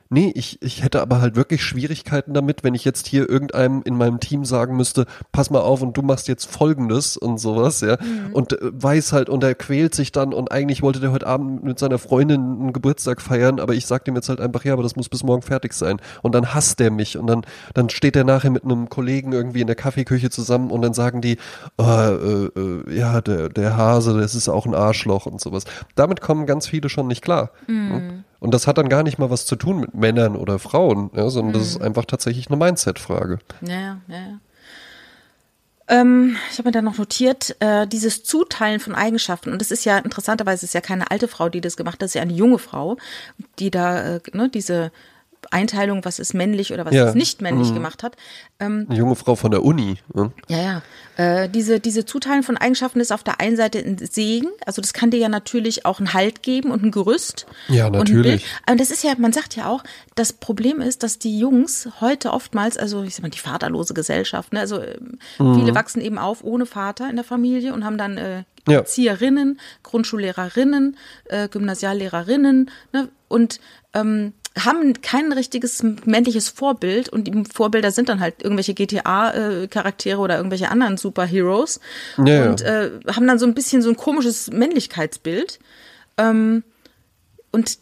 Speaker 1: Nee, ich hätte aber halt wirklich Schwierigkeiten damit, wenn ich jetzt hier irgendeinem in meinem Team sagen müsste, pass mal auf und du machst jetzt Folgendes und sowas, ja. Und weiß halt, und er quält sich dann und eigentlich wollte der heute Abend mit seiner Freundin einen Geburtstag feiern, aber ich sag dem jetzt halt einfach, ja, aber das muss bis morgen fertig sein. Und dann hasst der mich und dann steht er nachher mit einem Kollegen irgendwie in der Kaffeeküche zusammen und dann sagen die, ja, der Hase, das ist auch ein Arschloch und sowas. Damit kommen ganz viele schon nicht klar. Und das hat dann gar nicht mal was zu tun mit Männern oder Frauen, ja, sondern das ist einfach tatsächlich eine Mindset-Frage.
Speaker 2: Ja. Ich habe mir dann noch notiert, dieses Zuteilen von Eigenschaften, und das ist ja interessanterweise ist ja keine alte Frau, die das gemacht hat, das ist ja eine junge Frau, die da diese Einteilung, was ist männlich oder was ist nicht männlich gemacht hat.
Speaker 1: Eine junge Frau von der Uni.
Speaker 2: Ja. Diese Zuteilung von Eigenschaften ist auf der einen Seite ein Segen, also das kann dir ja natürlich auch einen Halt geben und ein Gerüst.
Speaker 1: Ja, natürlich.
Speaker 2: Und das ist ja, man sagt ja auch, das Problem ist, dass die Jungs heute oftmals, also ich sag mal, die vaterlose Gesellschaft, ne, also viele wachsen eben auf ohne Vater in der Familie und haben dann Erzieherinnen, Grundschullehrerinnen, Gymnasiallehrerinnen, ne, und haben kein richtiges männliches Vorbild und die Vorbilder sind dann halt irgendwelche GTA-Charaktere oder irgendwelche anderen Superheroes und haben dann so ein bisschen so ein komisches Männlichkeitsbild und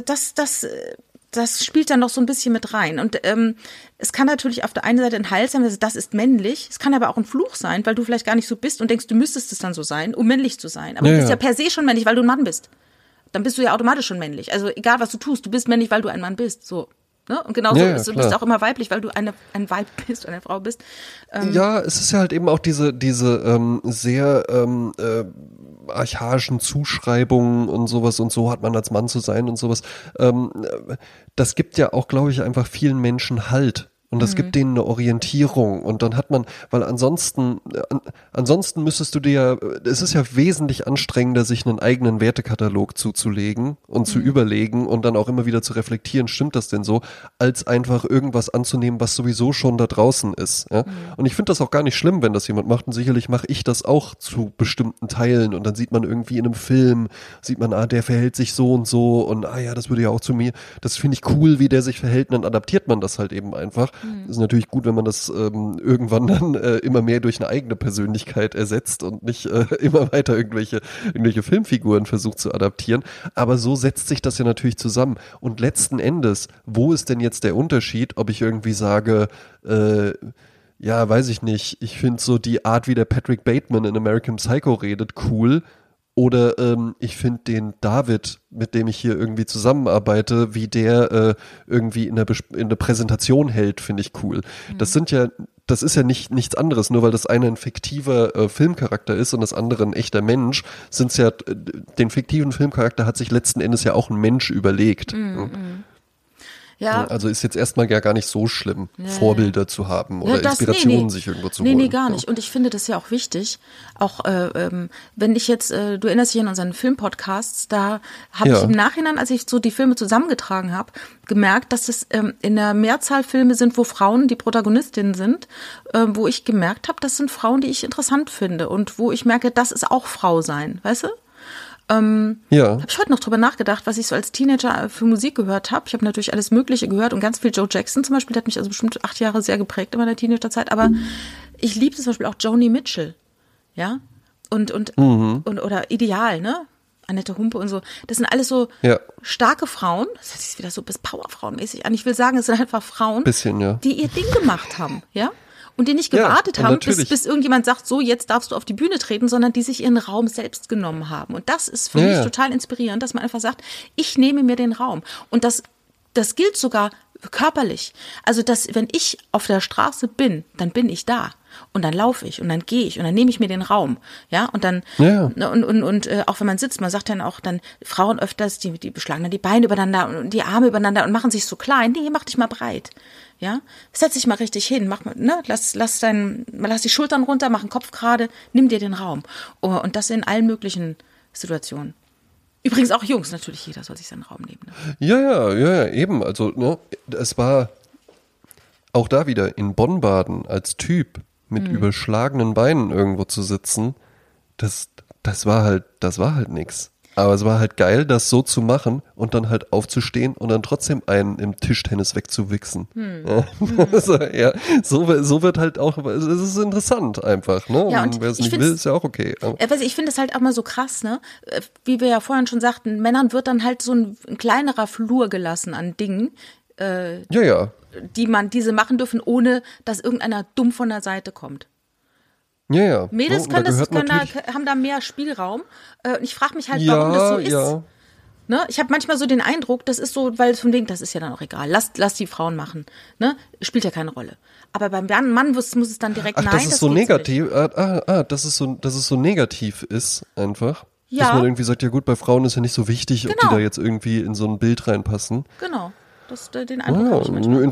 Speaker 2: das spielt dann noch so ein bisschen mit rein und es kann natürlich auf der einen Seite ein Heil sein, das ist männlich, es kann aber auch ein Fluch sein, weil du vielleicht gar nicht so bist und denkst, du müsstest es dann so sein, um männlich zu sein, aber du bist ja per se schon männlich, weil du ein Mann bist. Dann bist du ja automatisch schon männlich. Also egal, was du tust, du bist männlich, weil du ein Mann bist. So. Ne? Und genauso du bist auch immer weiblich, weil du ein Weib bist oder eine Frau bist.
Speaker 1: Ja, es ist ja halt eben auch diese sehr archaischen Zuschreibungen und sowas und so hat man als Mann zu sein und sowas. Das gibt ja auch, glaube ich, einfach vielen Menschen Halt. Und das gibt denen eine Orientierung. Und dann hat man, weil ansonsten müsstest du dir ja, es ist ja wesentlich anstrengender, sich einen eigenen Wertekatalog zuzulegen und zu überlegen und dann auch immer wieder zu reflektieren, stimmt das denn so, als einfach irgendwas anzunehmen, was sowieso schon da draußen ist. Ja? Und ich finde das auch gar nicht schlimm, wenn das jemand macht. Und sicherlich mache ich das auch zu bestimmten Teilen. Und dann sieht man irgendwie in einem Film, der verhält sich so und so. Und ja, das würde ja auch zu mir, das finde ich cool, wie der sich verhält. Und dann adaptiert man das halt eben einfach. Ist natürlich gut, wenn man das irgendwann dann immer mehr durch eine eigene Persönlichkeit ersetzt und nicht immer weiter irgendwelche Filmfiguren versucht zu adaptieren. Aber so setzt sich das ja natürlich zusammen. Und letzten Endes, wo ist denn jetzt der Unterschied, ob ich irgendwie sage, ja, weiß ich nicht, ich finde so die Art, wie der Patrick Bateman in American Psycho redet, cool. Oder ich finde den David, mit dem ich hier irgendwie zusammenarbeite, wie der irgendwie in der Präsentation hält, finde ich cool. Das ist ja nichts anderes, nur weil das eine ein fiktiver Filmcharakter ist und das andere ein echter Mensch, den fiktiven Filmcharakter hat sich letzten Endes ja auch ein Mensch überlegt. Ja. Also ist jetzt erstmal gar nicht so schlimm, Vorbilder zu haben oder Inspirationen sich irgendwo zu holen.
Speaker 2: Nee, gar nicht. Und ich finde das ja auch wichtig. Auch wenn ich jetzt, du erinnerst dich an unseren Filmpodcasts, da habe ich im Nachhinein, als ich so die Filme zusammengetragen habe, gemerkt, dass es in der Mehrzahl Filme sind, wo Frauen die Protagonistinnen sind, wo ich gemerkt habe, das sind Frauen, die ich interessant finde und wo ich merke, das ist auch Frau sein, weißt du? Habe ich heute noch drüber nachgedacht, was ich so als Teenager für Musik gehört habe. Ich habe natürlich alles Mögliche gehört und ganz viel Joe Jackson zum Beispiel, der hat mich also bestimmt 8 Jahre sehr geprägt in meiner Teenagerzeit, aber ich liebte zum Beispiel auch Joni Mitchell, ja, und oder Ideal, ne? Annette Humpe und so. Das sind alles so starke Frauen, das hört sich wieder so bis Powerfrauen-mäßig an. Ich will sagen, es sind einfach Frauen, die ihr Ding gemacht haben, ja? Und die nicht gewartet haben, bis irgendjemand sagt, so, jetzt darfst du auf die Bühne treten, sondern die sich ihren Raum selbst genommen haben. Und das ist für mich total inspirierend, dass man einfach sagt, ich nehme mir den Raum. Und das gilt sogar körperlich. Also, wenn ich auf der Straße bin, dann bin ich da. Und dann laufe ich und dann gehe ich und dann nehme ich mir den Raum. Ja, und dann, und auch wenn man sitzt, man sagt dann auch dann Frauen öfters, die beschlagen dann die Beine übereinander und die Arme übereinander und machen sich so klein. Nee, mach dich mal breit. Ja, setz dich mal richtig hin, lass die Schultern runter, mach den Kopf gerade, nimm dir den Raum. Und das in allen möglichen Situationen. Übrigens auch Jungs, natürlich, jeder soll sich seinen Raum nehmen. Ne?
Speaker 1: Ja, eben. Also, ne, es war auch da wieder in Bonn-Baden als Typ mit überschlagenen Beinen irgendwo zu sitzen, das war halt nix. Aber es war halt geil, das so zu machen und dann halt aufzustehen und dann trotzdem einen im Tischtennis wegzuwichsen. Ja. Also, ja, so wird halt auch, es ist interessant einfach, ne?
Speaker 2: Ja,
Speaker 1: und wer es nicht will, ist ja auch okay.
Speaker 2: Ich finde es halt auch mal so krass, ne? Wie wir ja vorhin schon sagten, Männern wird dann halt so ein kleinerer Flur gelassen an Dingen,
Speaker 1: Ja.
Speaker 2: die sie machen dürfen, ohne dass irgendeiner dumm von der Seite kommt.
Speaker 1: Ja.
Speaker 2: Mädels
Speaker 1: Ja,
Speaker 2: haben da mehr Spielraum. Und ich frage mich halt,
Speaker 1: ja,
Speaker 2: warum das so ist.
Speaker 1: Ja.
Speaker 2: Ne? Ich habe manchmal so den Eindruck, das ist so, weil von wegen, das ist ja dann auch egal. Lass die Frauen machen. Ne? Spielt ja keine Rolle. Aber beim Mann muss es dann direkt
Speaker 1: Ach,
Speaker 2: nein.
Speaker 1: dass es so negativ, dass es so negativ ist einfach.
Speaker 2: Ja.
Speaker 1: Dass man irgendwie sagt, ja gut, bei Frauen ist ja nicht so wichtig, ob die
Speaker 2: Genau.
Speaker 1: da jetzt irgendwie in so ein Bild reinpassen.
Speaker 2: Genau. Den Eindruck habe ich manchmal.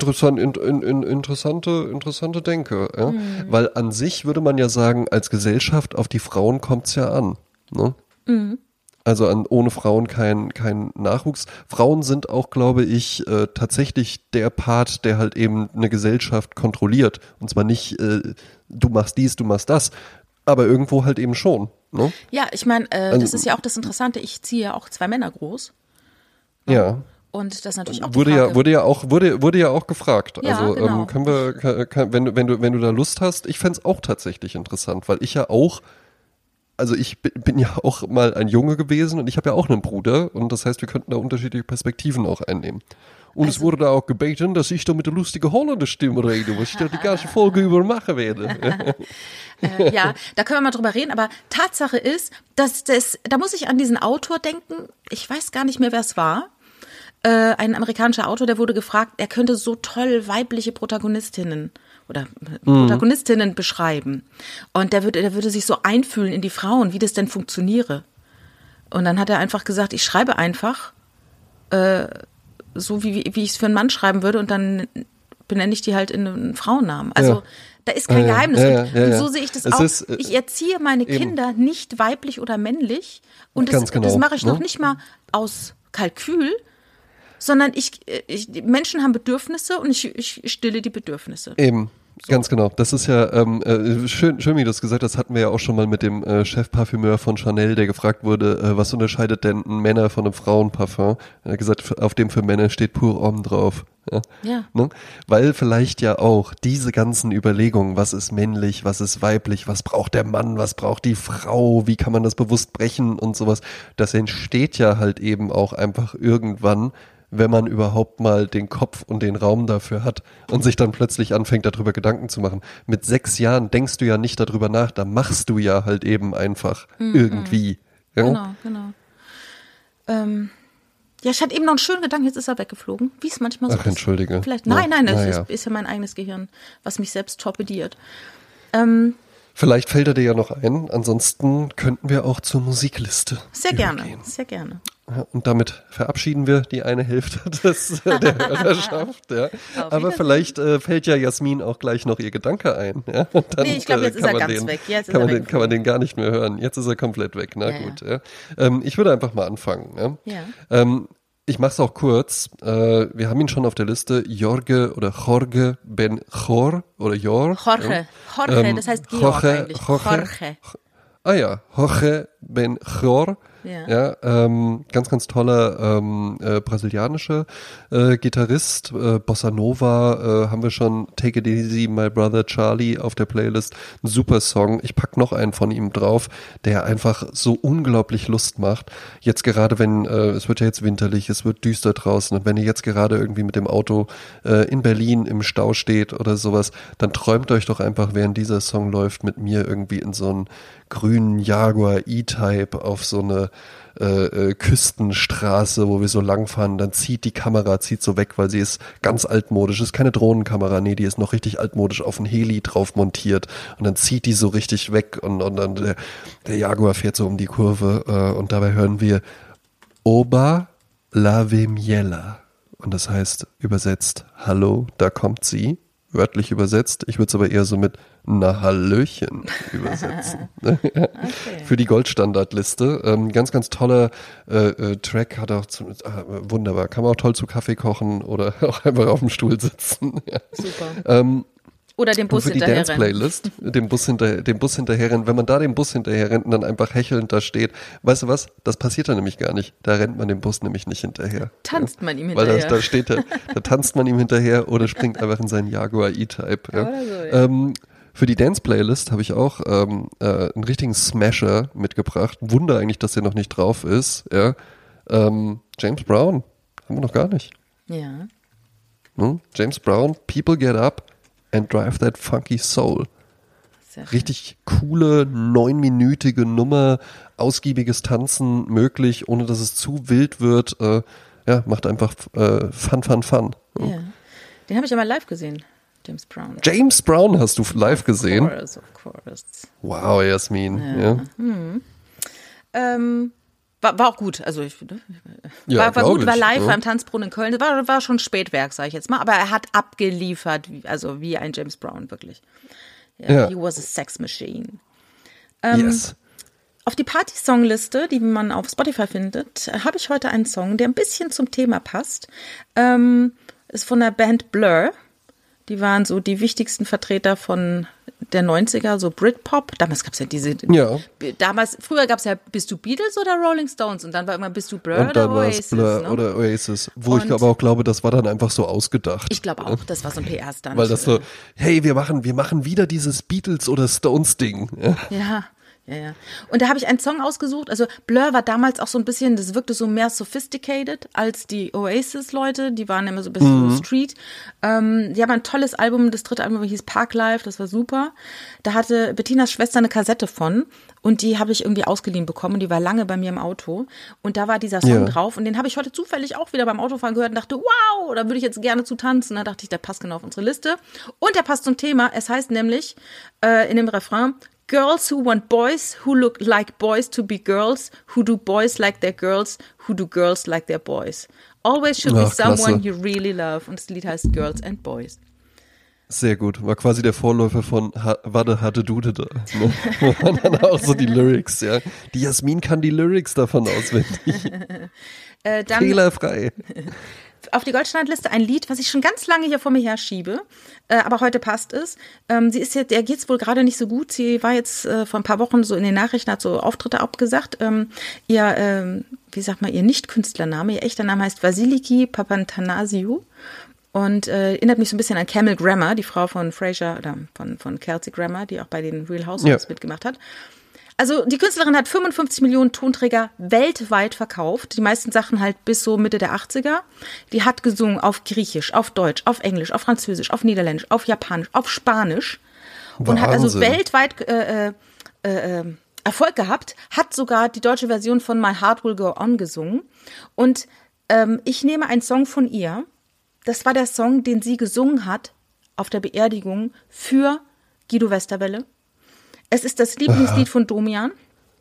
Speaker 1: Interessante Denke. Ja? Weil an sich würde man ja sagen, als Gesellschaft auf die Frauen kommt's ja an. Ne? Also ohne Frauen kein Nachwuchs. Frauen sind auch, glaube ich, tatsächlich der Part, der halt eben eine Gesellschaft kontrolliert. Und zwar nicht, du machst dies, du machst das, aber irgendwo halt eben schon. Ne?
Speaker 2: Ja, ich meine, das ist ja auch das Interessante. Ich ziehe ja auch 2 Männer groß.
Speaker 1: Ja.
Speaker 2: Und das ist natürlich auch
Speaker 1: wurde ja auch gefragt.
Speaker 2: Ja,
Speaker 1: Also
Speaker 2: genau.
Speaker 1: wenn du da Lust hast, ich fänd's auch tatsächlich interessant, weil ich ja auch, also ich bin ja auch mal ein Junge gewesen und ich habe ja auch einen Bruder und das heißt, wir könnten da unterschiedliche Perspektiven auch einnehmen. Und es wurde da auch gebeten, dass ich da mit der lustigen Hollander-Stimme rede, was ich da die ganze Folge über machen werde.
Speaker 2: Ja, da können wir mal drüber reden, aber Tatsache ist, dass da muss ich an diesen Autor denken, ich weiß gar nicht mehr, wer es war. Ein amerikanischer Autor, der wurde gefragt, er könnte so toll weibliche Protagonistinnen beschreiben. Und der würde sich so einfühlen in die Frauen, wie das denn funktioniere. Und dann hat er einfach gesagt, ich schreibe einfach so, wie ich es für einen Mann schreiben würde und dann benenne ich die halt in einen Frauennamen. Also da ist kein Geheimnis. Und so sehe ich das auch. Ich erziehe meine Kinder nicht weiblich oder männlich. Und das mache ich noch nicht mal aus Kalkül, sondern Menschen haben Bedürfnisse und ich stille die Bedürfnisse.
Speaker 1: Eben. So. Ganz genau. Das ist ja schön, wie du das gesagt hast, hatten wir ja auch schon mal mit dem Chefparfümeur von Chanel, der gefragt wurde, was unterscheidet denn ein Männer von einem Frauenparfum? Er hat gesagt, auf dem für Männer steht Pour Homme drauf. Ja. Ne? Weil vielleicht ja auch diese ganzen Überlegungen, was ist männlich, was ist weiblich, was braucht der Mann, was braucht die Frau, wie kann man das bewusst brechen und sowas, das entsteht ja halt eben auch einfach irgendwann, wenn man überhaupt mal den Kopf und den Raum dafür hat und sich dann plötzlich anfängt, darüber Gedanken zu machen. Mit 6 Jahren denkst du ja nicht darüber nach, da machst du ja halt eben einfach irgendwie. Ja?
Speaker 2: Genau. Ja, ich hatte eben noch einen schönen Gedanken, jetzt ist er weggeflogen, wie es manchmal so ist.
Speaker 1: Ach, entschuldige.
Speaker 2: Vielleicht, nein, das ist ja mein eigenes Gehirn, was mich selbst torpediert.
Speaker 1: Vielleicht fällt er dir ja noch ein, ansonsten könnten wir auch zur Musikliste übergehen.
Speaker 2: Sehr gerne.
Speaker 1: Und damit verabschieden wir die eine Hälfte der Hörerschaft. Ja. Aber vielleicht fällt ja Jasmin auch gleich noch ihr Gedanke ein. Ja. Und dann,
Speaker 2: ich glaube, jetzt ist er ganz weg.
Speaker 1: Kann man den gar nicht mehr hören. Jetzt ist er komplett weg. Na gut. Ja. Ich würde einfach mal anfangen. Ja. Ich mache es auch kurz. Wir haben ihn schon auf der Liste. Jorge Ben Chor oder Jor.
Speaker 2: Jorge, das heißt Georg eigentlich. Jorge.
Speaker 1: Ah ja, Jorge Ben Chor. Ja, ganz toller brasilianischer Gitarrist, Bossa Nova, haben wir schon, Take It Easy, My Brother Charlie auf der Playlist, ein super Song, ich pack noch einen von ihm drauf, der einfach so unglaublich Lust macht, jetzt gerade wenn, es wird ja jetzt winterlich, es wird düster draußen und wenn ihr jetzt gerade irgendwie mit dem Auto in Berlin im Stau steht oder sowas, dann träumt euch doch einfach, während dieser Song läuft, mit mir irgendwie in so einen grünen Jaguar E-Type auf so eine Küstenstraße, wo wir so langfahren, dann zieht die Kamera so weg, weil sie ist ganz altmodisch, ist keine Drohnenkamera, nee, die ist noch richtig altmodisch auf ein Heli drauf montiert und dann zieht die so richtig weg und dann der Jaguar fährt so um die Kurve und dabei hören wir Oba la Miela und das heißt übersetzt, hallo, da kommt sie. Wörtlich übersetzt. Ich würde es aber eher so mit na Hallöchen übersetzen. Okay. Für die Goldstandardliste. Ganz toller Track, hat auch wunderbar. Kann man auch toll zu Kaffee kochen oder auch einfach auf dem Stuhl sitzen. Ja.
Speaker 2: Super. Oder den Bus
Speaker 1: und für die
Speaker 2: hinterher
Speaker 1: Dance-Playlist, den Bus hinterher rennen, wenn man da den Bus hinterher rennt und dann einfach hechelnd da steht, weißt du was, das passiert da nämlich gar nicht. Da rennt man dem Bus nämlich nicht hinterher.
Speaker 2: Tanzt man ihm hinterher.
Speaker 1: Weil da steht da tanzt man ihm hinterher oder springt einfach in seinen Jaguar E-Type. Ja.
Speaker 2: Oder so, ja.
Speaker 1: Für die Dance-Playlist habe ich auch einen richtigen Smasher mitgebracht. Wunder eigentlich, dass der noch nicht drauf ist. Ja. James Brown, haben wir noch gar nicht.
Speaker 2: Ja.
Speaker 1: James Brown, People Get Up and Drive That Funky Soul. Richtig coole, 9-minütige Nummer, ausgiebiges Tanzen möglich, ohne dass es zu wild wird. Macht einfach Fun.
Speaker 2: Ja. Den habe ich aber live gesehen, James Brown.
Speaker 1: James Brown hast du live gesehen?
Speaker 2: Of course.
Speaker 1: Wow, Jasmin. Ja.
Speaker 2: War auch gut, also war gut, war live am Tanzbrunnen in Köln. War schon Spätwerk, sage ich jetzt mal, aber er hat abgeliefert, also wie ein James Brown, wirklich. Ja. He was a sex machine.
Speaker 1: Yes.
Speaker 2: Auf die Party-Songliste, die man auf Spotify findet, habe ich heute einen Song, der ein bisschen zum Thema passt. Ist von der Band Blur. Die waren so die wichtigsten Vertreter von der 90er, so Britpop. Damals gab es ja diese. Ja. Früher gab es ja, bist du Beatles oder Rolling Stones? Und dann war immer, bist du Blur
Speaker 1: und dann
Speaker 2: oder Oasis?
Speaker 1: Blur, ne? Oder Oasis. Wo ich aber auch glaube, das war dann einfach so ausgedacht.
Speaker 2: Ich glaube auch, das war so ein PR-Stunt.
Speaker 1: Weil das so, hey, wir machen wieder dieses Beatles oder Stones-Ding.
Speaker 2: Ja. Und da habe ich einen Song ausgesucht. Also Blur war damals auch so ein bisschen, das wirkte so mehr sophisticated als die Oasis-Leute. Die waren immer so ein bisschen so Street. Die haben ein tolles Album, das dritte Album hieß Parklife, das war super. Da hatte Bettinas Schwester eine Kassette von und die habe ich irgendwie ausgeliehen bekommen und die war lange bei mir im Auto. Und da war dieser Song drauf und den habe ich heute zufällig auch wieder beim Autofahren gehört und dachte, wow, da würde ich jetzt gerne zu tanzen. Da dachte ich, der passt genau auf unsere Liste. Und der passt zum Thema. Es heißt nämlich in dem Refrain, Girls who want boys, who look like boys to be girls, who do boys like their girls, who do girls like their boys. Always should be someone you really love. Und das Lied heißt Girls and Boys.
Speaker 1: Sehr gut. War quasi der Vorläufer von Wadde hatte Dude da. Ne? Wo man dann auch so die Lyrics, ja. Die Jasmin kann die Lyrics davon auswendig. Fehlerfrei.
Speaker 2: Auf die Goldstandardliste ein Lied, was ich schon ganz lange hier vor mir her schiebe, aber heute passt es. Sie ist jetzt, der geht's wohl gerade nicht so gut. Sie war jetzt vor ein paar Wochen so in den Nachrichten, hat so Auftritte abgesagt. Ihr Nicht-Künstlername, ihr echter Name heißt Vasiliki Papantanasiou und erinnert mich so ein bisschen an Camille Grammer, die Frau von Frasier oder von Kelsey Grammer, die auch bei den Real Housewives mitgemacht hat. Also die Künstlerin hat 55 Millionen Tonträger weltweit verkauft, die meisten Sachen halt bis so Mitte der 80er. Die hat gesungen auf Griechisch, auf Deutsch, auf Englisch, auf Französisch, auf Niederländisch, auf Japanisch, auf Spanisch. Wahnsinn. Und hat also weltweit Erfolg gehabt, hat sogar die deutsche Version von My Heart Will Go On gesungen. Und ich nehme einen Song von ihr, das war der Song, den sie gesungen hat auf der Beerdigung für Guido Westerwelle. Es ist das Lieblingslied von Domian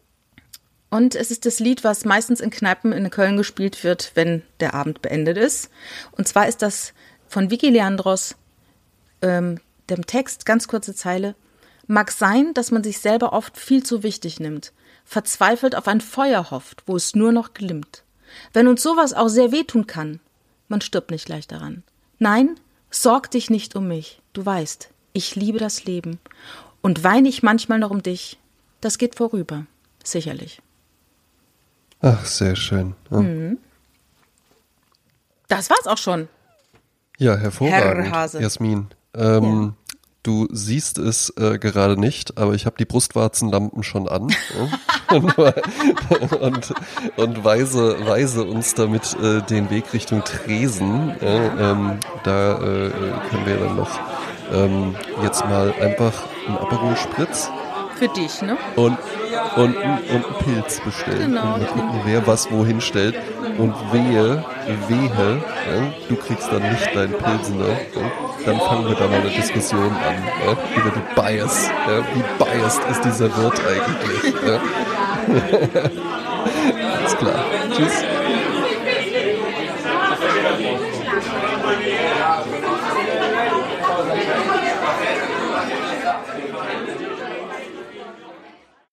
Speaker 2: und es ist das Lied, was meistens in Kneipen in Köln gespielt wird, wenn der Abend beendet ist. Und zwar ist das von Vicky Leandros, dem Text, ganz kurze Zeile. Mag sein, dass man sich selber oft viel zu wichtig nimmt, verzweifelt auf ein Feuer hofft, wo es nur noch glimmt. Wenn uns sowas auch sehr wehtun kann, man stirbt nicht leicht daran. Nein, sorg dich nicht um mich, du weißt, ich liebe das Leben. Und weine ich manchmal noch um dich. Das geht vorüber. Sicherlich.
Speaker 1: Ach, sehr schön. Ja.
Speaker 2: Das war's auch schon.
Speaker 1: Ja, hervorragend,
Speaker 2: Herr Hase.
Speaker 1: Jasmin. Du siehst es gerade nicht, aber ich habe die Brustwarzenlampen schon an und weise uns damit den Weg Richtung Tresen. Da können wir dann noch jetzt mal einfach einen Aperol Spritz.
Speaker 2: Für dich, ne?
Speaker 1: Und einen Pilz bestellen.
Speaker 2: Genau.
Speaker 1: Und mal gucken, wer was wohin stellt. Und wehe, du kriegst dann nicht deinen Pilsener. Ja? Dann fangen wir da mal eine Diskussion an, über die Bias. Ja? Wie biased ist dieser Wirt eigentlich? Ja? Alles klar. Tschüss.